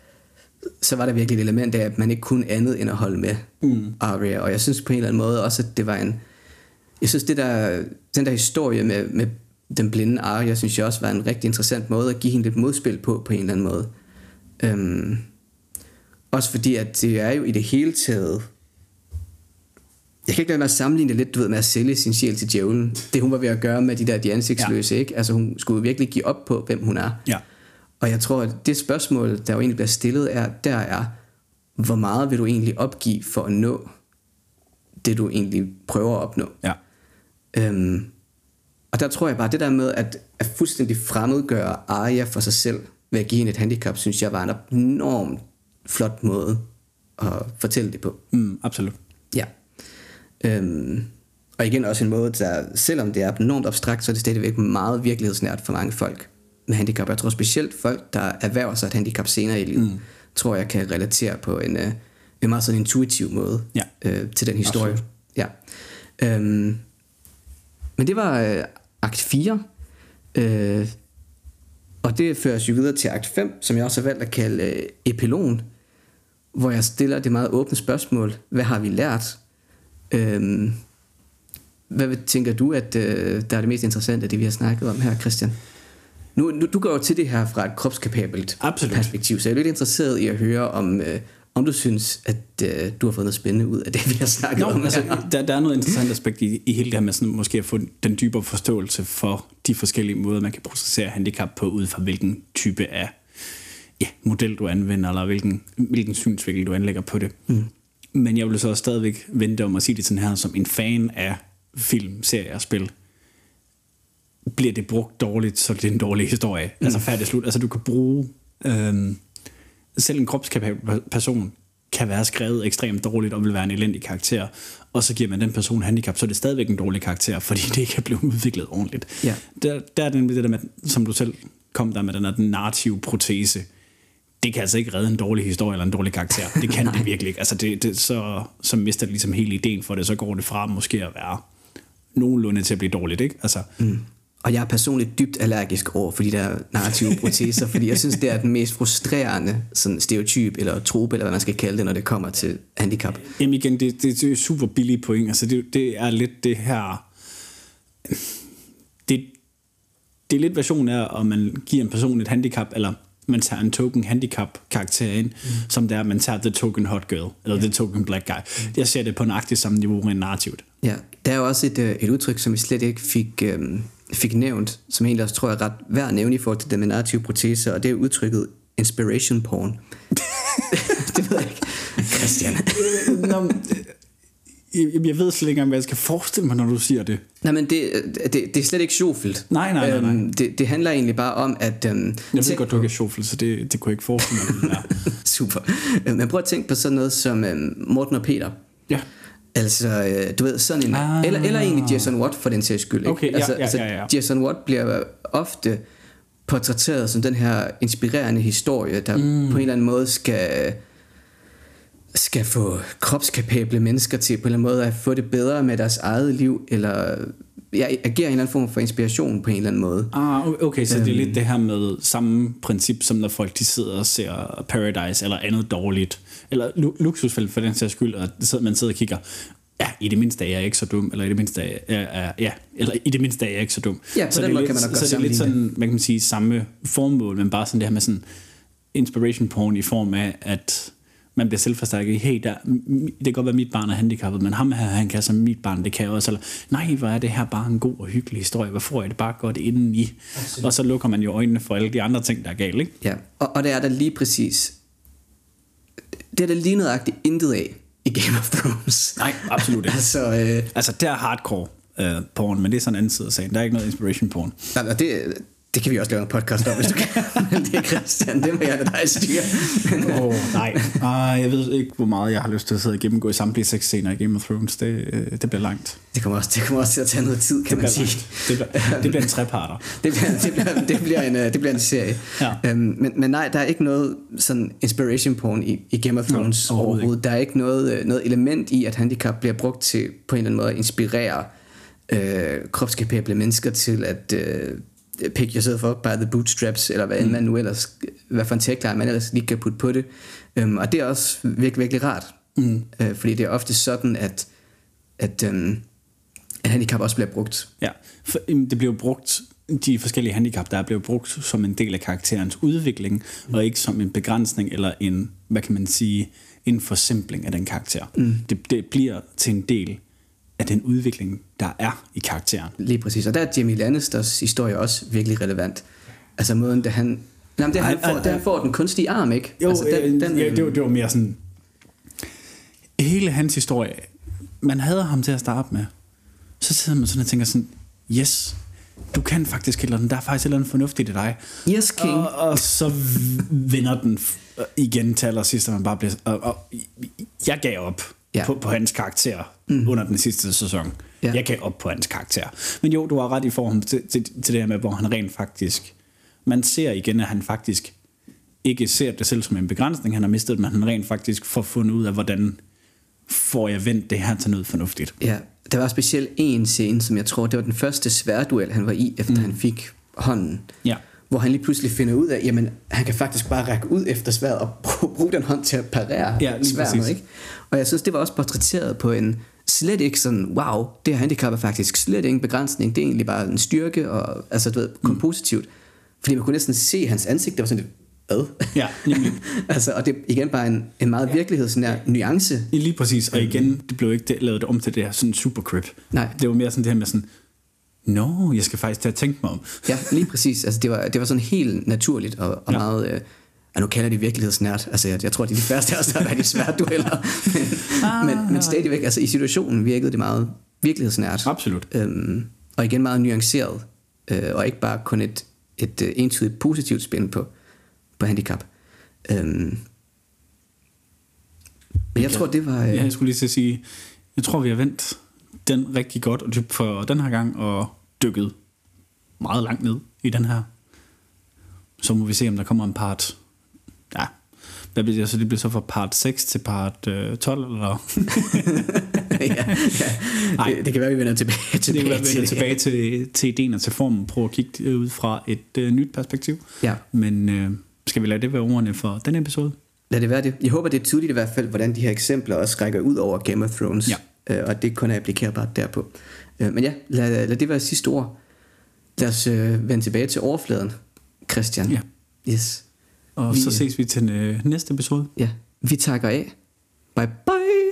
så var der virkelig et element af, at man ikke kunne andet end at holde med mm. Arya. Og jeg synes på en eller anden måde også, at det var en... Jeg synes, det der, den der historie med, med den blinde Arya, synes jeg også var en rigtig interessant måde at give hende lidt modspil på, på en eller anden måde. Øhm, også fordi, at det er jo i det hele taget... Jeg kan ikke lade mig at sammenligne det lidt, du ved, med at sælge sin sjæl til djævlen. Det hun var ved at gøre med de der de ansigtsløse, ja. ikke? Altså hun skulle virkelig give op på, hvem hun er. Ja. Og jeg tror, at det spørgsmål, der jo egentlig bliver stillet, er, der er, hvor meget vil du egentlig opgive for at nå det, du egentlig prøver at opnå? Ja. Øhm, og der tror jeg bare, det der med at, at fuldstændig fremmedgøre Arya for sig selv, ved at give hende et handicap, synes jeg var en enormt flot måde at fortælle det på. Mm, absolut. Ja. Øhm, og igen også en måde, der, selvom det er enormt abstrakt, så er det stadigvæk meget virkelighedsnært for mange folk med handicap. Jeg tror specielt folk, der erhverver sig et handicap senere i livet, mm. tror jeg kan relatere på en, øh, en meget sådan intuitiv måde ja. øh, til den historie. Absolut. Ja. Øhm, men det var øh, akt fire, øh, og det fører os jo videre til akt fem, som jeg også har valgt at kalde øh, epilogen, hvor jeg stiller det meget åbne spørgsmål: hvad har vi lært? Øhm, hvad tænker du, at øh, der er det mest interessante af det, vi har snakket om her, Christian? nu, nu du går jo til det her fra et kropskapabelt Absolut. perspektiv, så jeg er lidt interesseret i at høre om, øh, om du synes, at øh, du har fået noget spændende ud af det, vi har snakket Nå, om. altså, der, der er noget interessant aspekt i, i hele det her med sådan, måske at få den dybere forståelse for de forskellige måder, man kan processere handicap på, ud fra hvilken type af ja, model du anvender, eller hvilken, hvilken synsvinkel du anlægger på det. Mm. Men jeg vil så stadigvæk vente om at sige det sådan her, som en fan af film, serier og spil. Bliver det brugt dårligt, så er det en dårlig historie. Mm. Altså færdig slut. Altså du kan bruge... Øhm, selv en kropskapabel person kan være skrevet ekstremt dårligt og vil være en elendig karakter, og så giver man den person handicap, så er det stadigvæk en dårlig karakter, fordi det ikke er blevet udviklet ordentligt. Ja. Der, der er det det der med, som du selv kom der med, den her narrative protese. Det kan altså ikke redde en dårlig historie eller en dårlig karakter. Det kan det virkelig ikke. Altså det, det, så, så mister det ligesom hele ideen for det, så går det fra måske at være nogenlunde til at blive dårligt, ikke? Altså... Mm. Og jeg er personligt dybt allergisk over for de der narrative proteser, fordi jeg synes, det er den mest frustrerende sådan stereotyp eller trope, eller hvad man skal kalde det, når det kommer til handicap. Jamen igen, det, det, det er super billige point. Altså det, det er lidt det her... Det, det er lidt version af, om man giver en person et handicap, eller man tager en token handicap karakter ind, mm. som det er, man tager the token hot girl, eller yeah. the token black guy. Mm. Jeg ser det på nøjagtigt samme niveau rent narrativt. Ja, der er jo også et, et udtryk, som vi slet ikke fik... Øhm fik nævnt, som egentlig også tror jeg er ret værd at nævne i forhold til det med narrative proteser, og det er udtrykket inspiration porn. Det ved jeg ikke. Christian. Nå, jeg, jeg ved slet ikke engang, hvad jeg skal forestille mig, når du siger det. Nej, men det, det, det er slet ikke sjovfuldt. Nej, nej, nej. nej. Øhm, det, det handler egentlig bare om, at... Øhm, jeg ved godt, du ikke er sjovfuldt, så det, det kunne jeg ikke forestille mig. Super. Men prøv at tænke på sådan noget som øhm, Morten og Peter. Ja. Altså, øh, du ved, sådan en... Ah. Eller, eller egentlig Jason Watt, for den sags skyld. Ikke? Okay, ja, altså, ja, ja, ja. altså, Jason Watt bliver ofte portrætteret som den her inspirerende historie, der mm. på en eller anden måde skal... skal få kropskapable mennesker til på en eller anden måde at få det bedre med deres eget liv, eller ja, agere en eller anden form for inspiration på en eller anden måde. Ah, okay, så øhm. det er lidt det her med samme princip, som når folk de sidder og ser Paradise eller andet dårligt, eller lu- luksusfælde for den sags skyld, og man sidder og kigger, ja, i det mindste er jeg ikke så dum, eller i det mindste er jeg, ja, eller i det mindste er jeg ikke så dum. Ja, på så den det måde lidt, kan man nok godt så det er lidt sådan, man kan sige, samme formål, men bare sådan det her med sådan inspiration porn i form af, at man bliver selvforstærket. Hey, der, det kan godt være, mit barn er handicappet, men ham her, han kan som mit barn, det kan jeg også. Eller, nej, hvor er det her bare en god og hyggelig historie. Hvor får jeg det bare godt inden i? Absolut. Og så lukker man jo øjnene for alle de andre ting, der er galt, ikke? Ja, og, og det er der lige præcis... Det er der lige nøjagtigt intet af i Game of Thrones. Nej, absolut ikke. altså, øh, altså, der er hardcore øh, porn, men det er sådan en anden side af sagen. Der er ikke noget inspiration porn. Nej, og det... Det kan vi også lave en podcast om, hvis du kan. Men det er Christian, det må jeg da dig styre. oh, nej, ah, jeg ved ikke, hvor meget jeg har lyst til at sidde og gennemgå i samtlige sexscener i Game of Thrones. Det, det bliver langt. Det kommer også, det kommer også til at tage noget tid, kan det man sige. Det bliver, det bliver en treparter. det, bliver, det, bliver, det, bliver en, det bliver en serie. Ja. Øhm, men, men nej, der er ikke noget sådan inspiration porn i, i Game of Thrones Nå, overhovedet. overhovedet. Der er ikke noget, noget element i, at handicap bliver brugt til på en eller anden måde at inspirere øh, kropskapable mennesker til at... Øh, pick yourself up by the bootstraps, eller hvad mm. man nu ellers, hvad for en tagline man ellers lige kan putte på det. Um, og det er også virkelig, virkelig rart. Mm. Uh, fordi det er ofte sådan, at, at, um, at handicap også bliver brugt. Ja, for, um, det bliver brugt, de forskellige handicap, der er blevet brugt som en del af karakterens udvikling, mm. og ikke som en begrænsning, eller en, hvad kan man sige, en forsimpling af den karakter. Mm. Det, det bliver til en del af den udvikling, der er i karakteren. Lige præcis, og der er Jamie Lannisters historie også virkelig relevant. Altså måden, da han... Nej, det, han, får, han får den kunstige arm, ikke? Jo, altså, den, den, ja, det, var, det var mere sådan... Hele hans historie, man havde ham til at starte med, så sidder man sådan og tænker sådan, yes, du kan faktisk et eller andet, der er faktisk et eller andet fornuftigt i dig. Yes, king. Og, og så vender den igen til allersidst, og man bare bliver... Og, og, jeg gav op. Ja. På, på hans karakter mm. under den sidste sæson. Ja. Jeg gav op på hans karakter. Men jo, du har ret i forhold til, til, til det her med, hvor han rent faktisk... Man ser igen, at han faktisk ikke ser det selv som en begrænsning, han har mistet, men han rent faktisk får fundet ud af, hvordan får jeg vendt det her til noget fornuftigt. Ja, der var specielt en scene, som jeg tror, det var den første sværduel, han var i, efter mm. han fik hånden. Ja. Hvor han lige pludselig finder ud af, jamen han kan faktisk bare række ud efter sværdet og bruge den hånd til at parere ja, sværdet, ikke? Og jeg synes, det var også portrætteret på en slet ikke sådan, wow, det her handicap er faktisk slet ingen begrænsning, det er egentlig bare en styrke, og altså du ved, kun mm. positivt. fordi man kunne næsten se hans ansigt, der var sådan lidt, hvad? Ja, nemlig. altså, og det er igen bare en, en meget virkelighedsnær nuance. Lige præcis, og igen, det blev ikke det, lavet om til det her sådan super crip. Nej. Det var mere sådan det her med sådan, nå, jeg skal faktisk til at tænke mig om. Ja, lige præcis. Altså, det var, det var sådan helt naturligt og, og ja. meget... Øh, ja, nu kalder de virkelighedsnært. Altså, jeg, jeg tror, det er de færreste af os, der har været i svære dueller. Men, ah, men, men stadigvæk, altså i situationen virkede det meget virkelighedsnært. Absolut. Øhm, og igen meget nuanceret. Øh, og ikke bare kun et, et uh, entydigt positivt spin på, på handicap. Øhm, men jeg ja. tror, det var... Øh, ja, jeg skulle lige til at sige, jeg tror, vi har vendt den rigtig godt og dybt for den her gang, og dykket meget langt ned i den her. Så må vi se, om der kommer en part... Ja, hvad bliver det så? Det bliver så fra part seks til part øh, tolv, eller? ja, ja. Det, det kan være, vi vender tilbage, tilbage, det kan være, vi vender til, tilbage til, til ideen og til formen. Prøve at kigge ud fra et øh, nyt perspektiv. Ja. Men øh, skal vi lade det være ordene for den episode? Lad det være det. Jeg håber, det er tydeligt i hvert fald, hvordan de her eksempler også rækker ud over Game of Thrones. Ja. Øh, og det kun er applikerbart derpå. Øh, men ja, lad, lad det være sidste ord. Lad os øh, vende tilbage til overfladen, Christian. Ja. Yes. Og vi, så ses vi til øh, næste episode. Ja, vi takker af. Bye bye.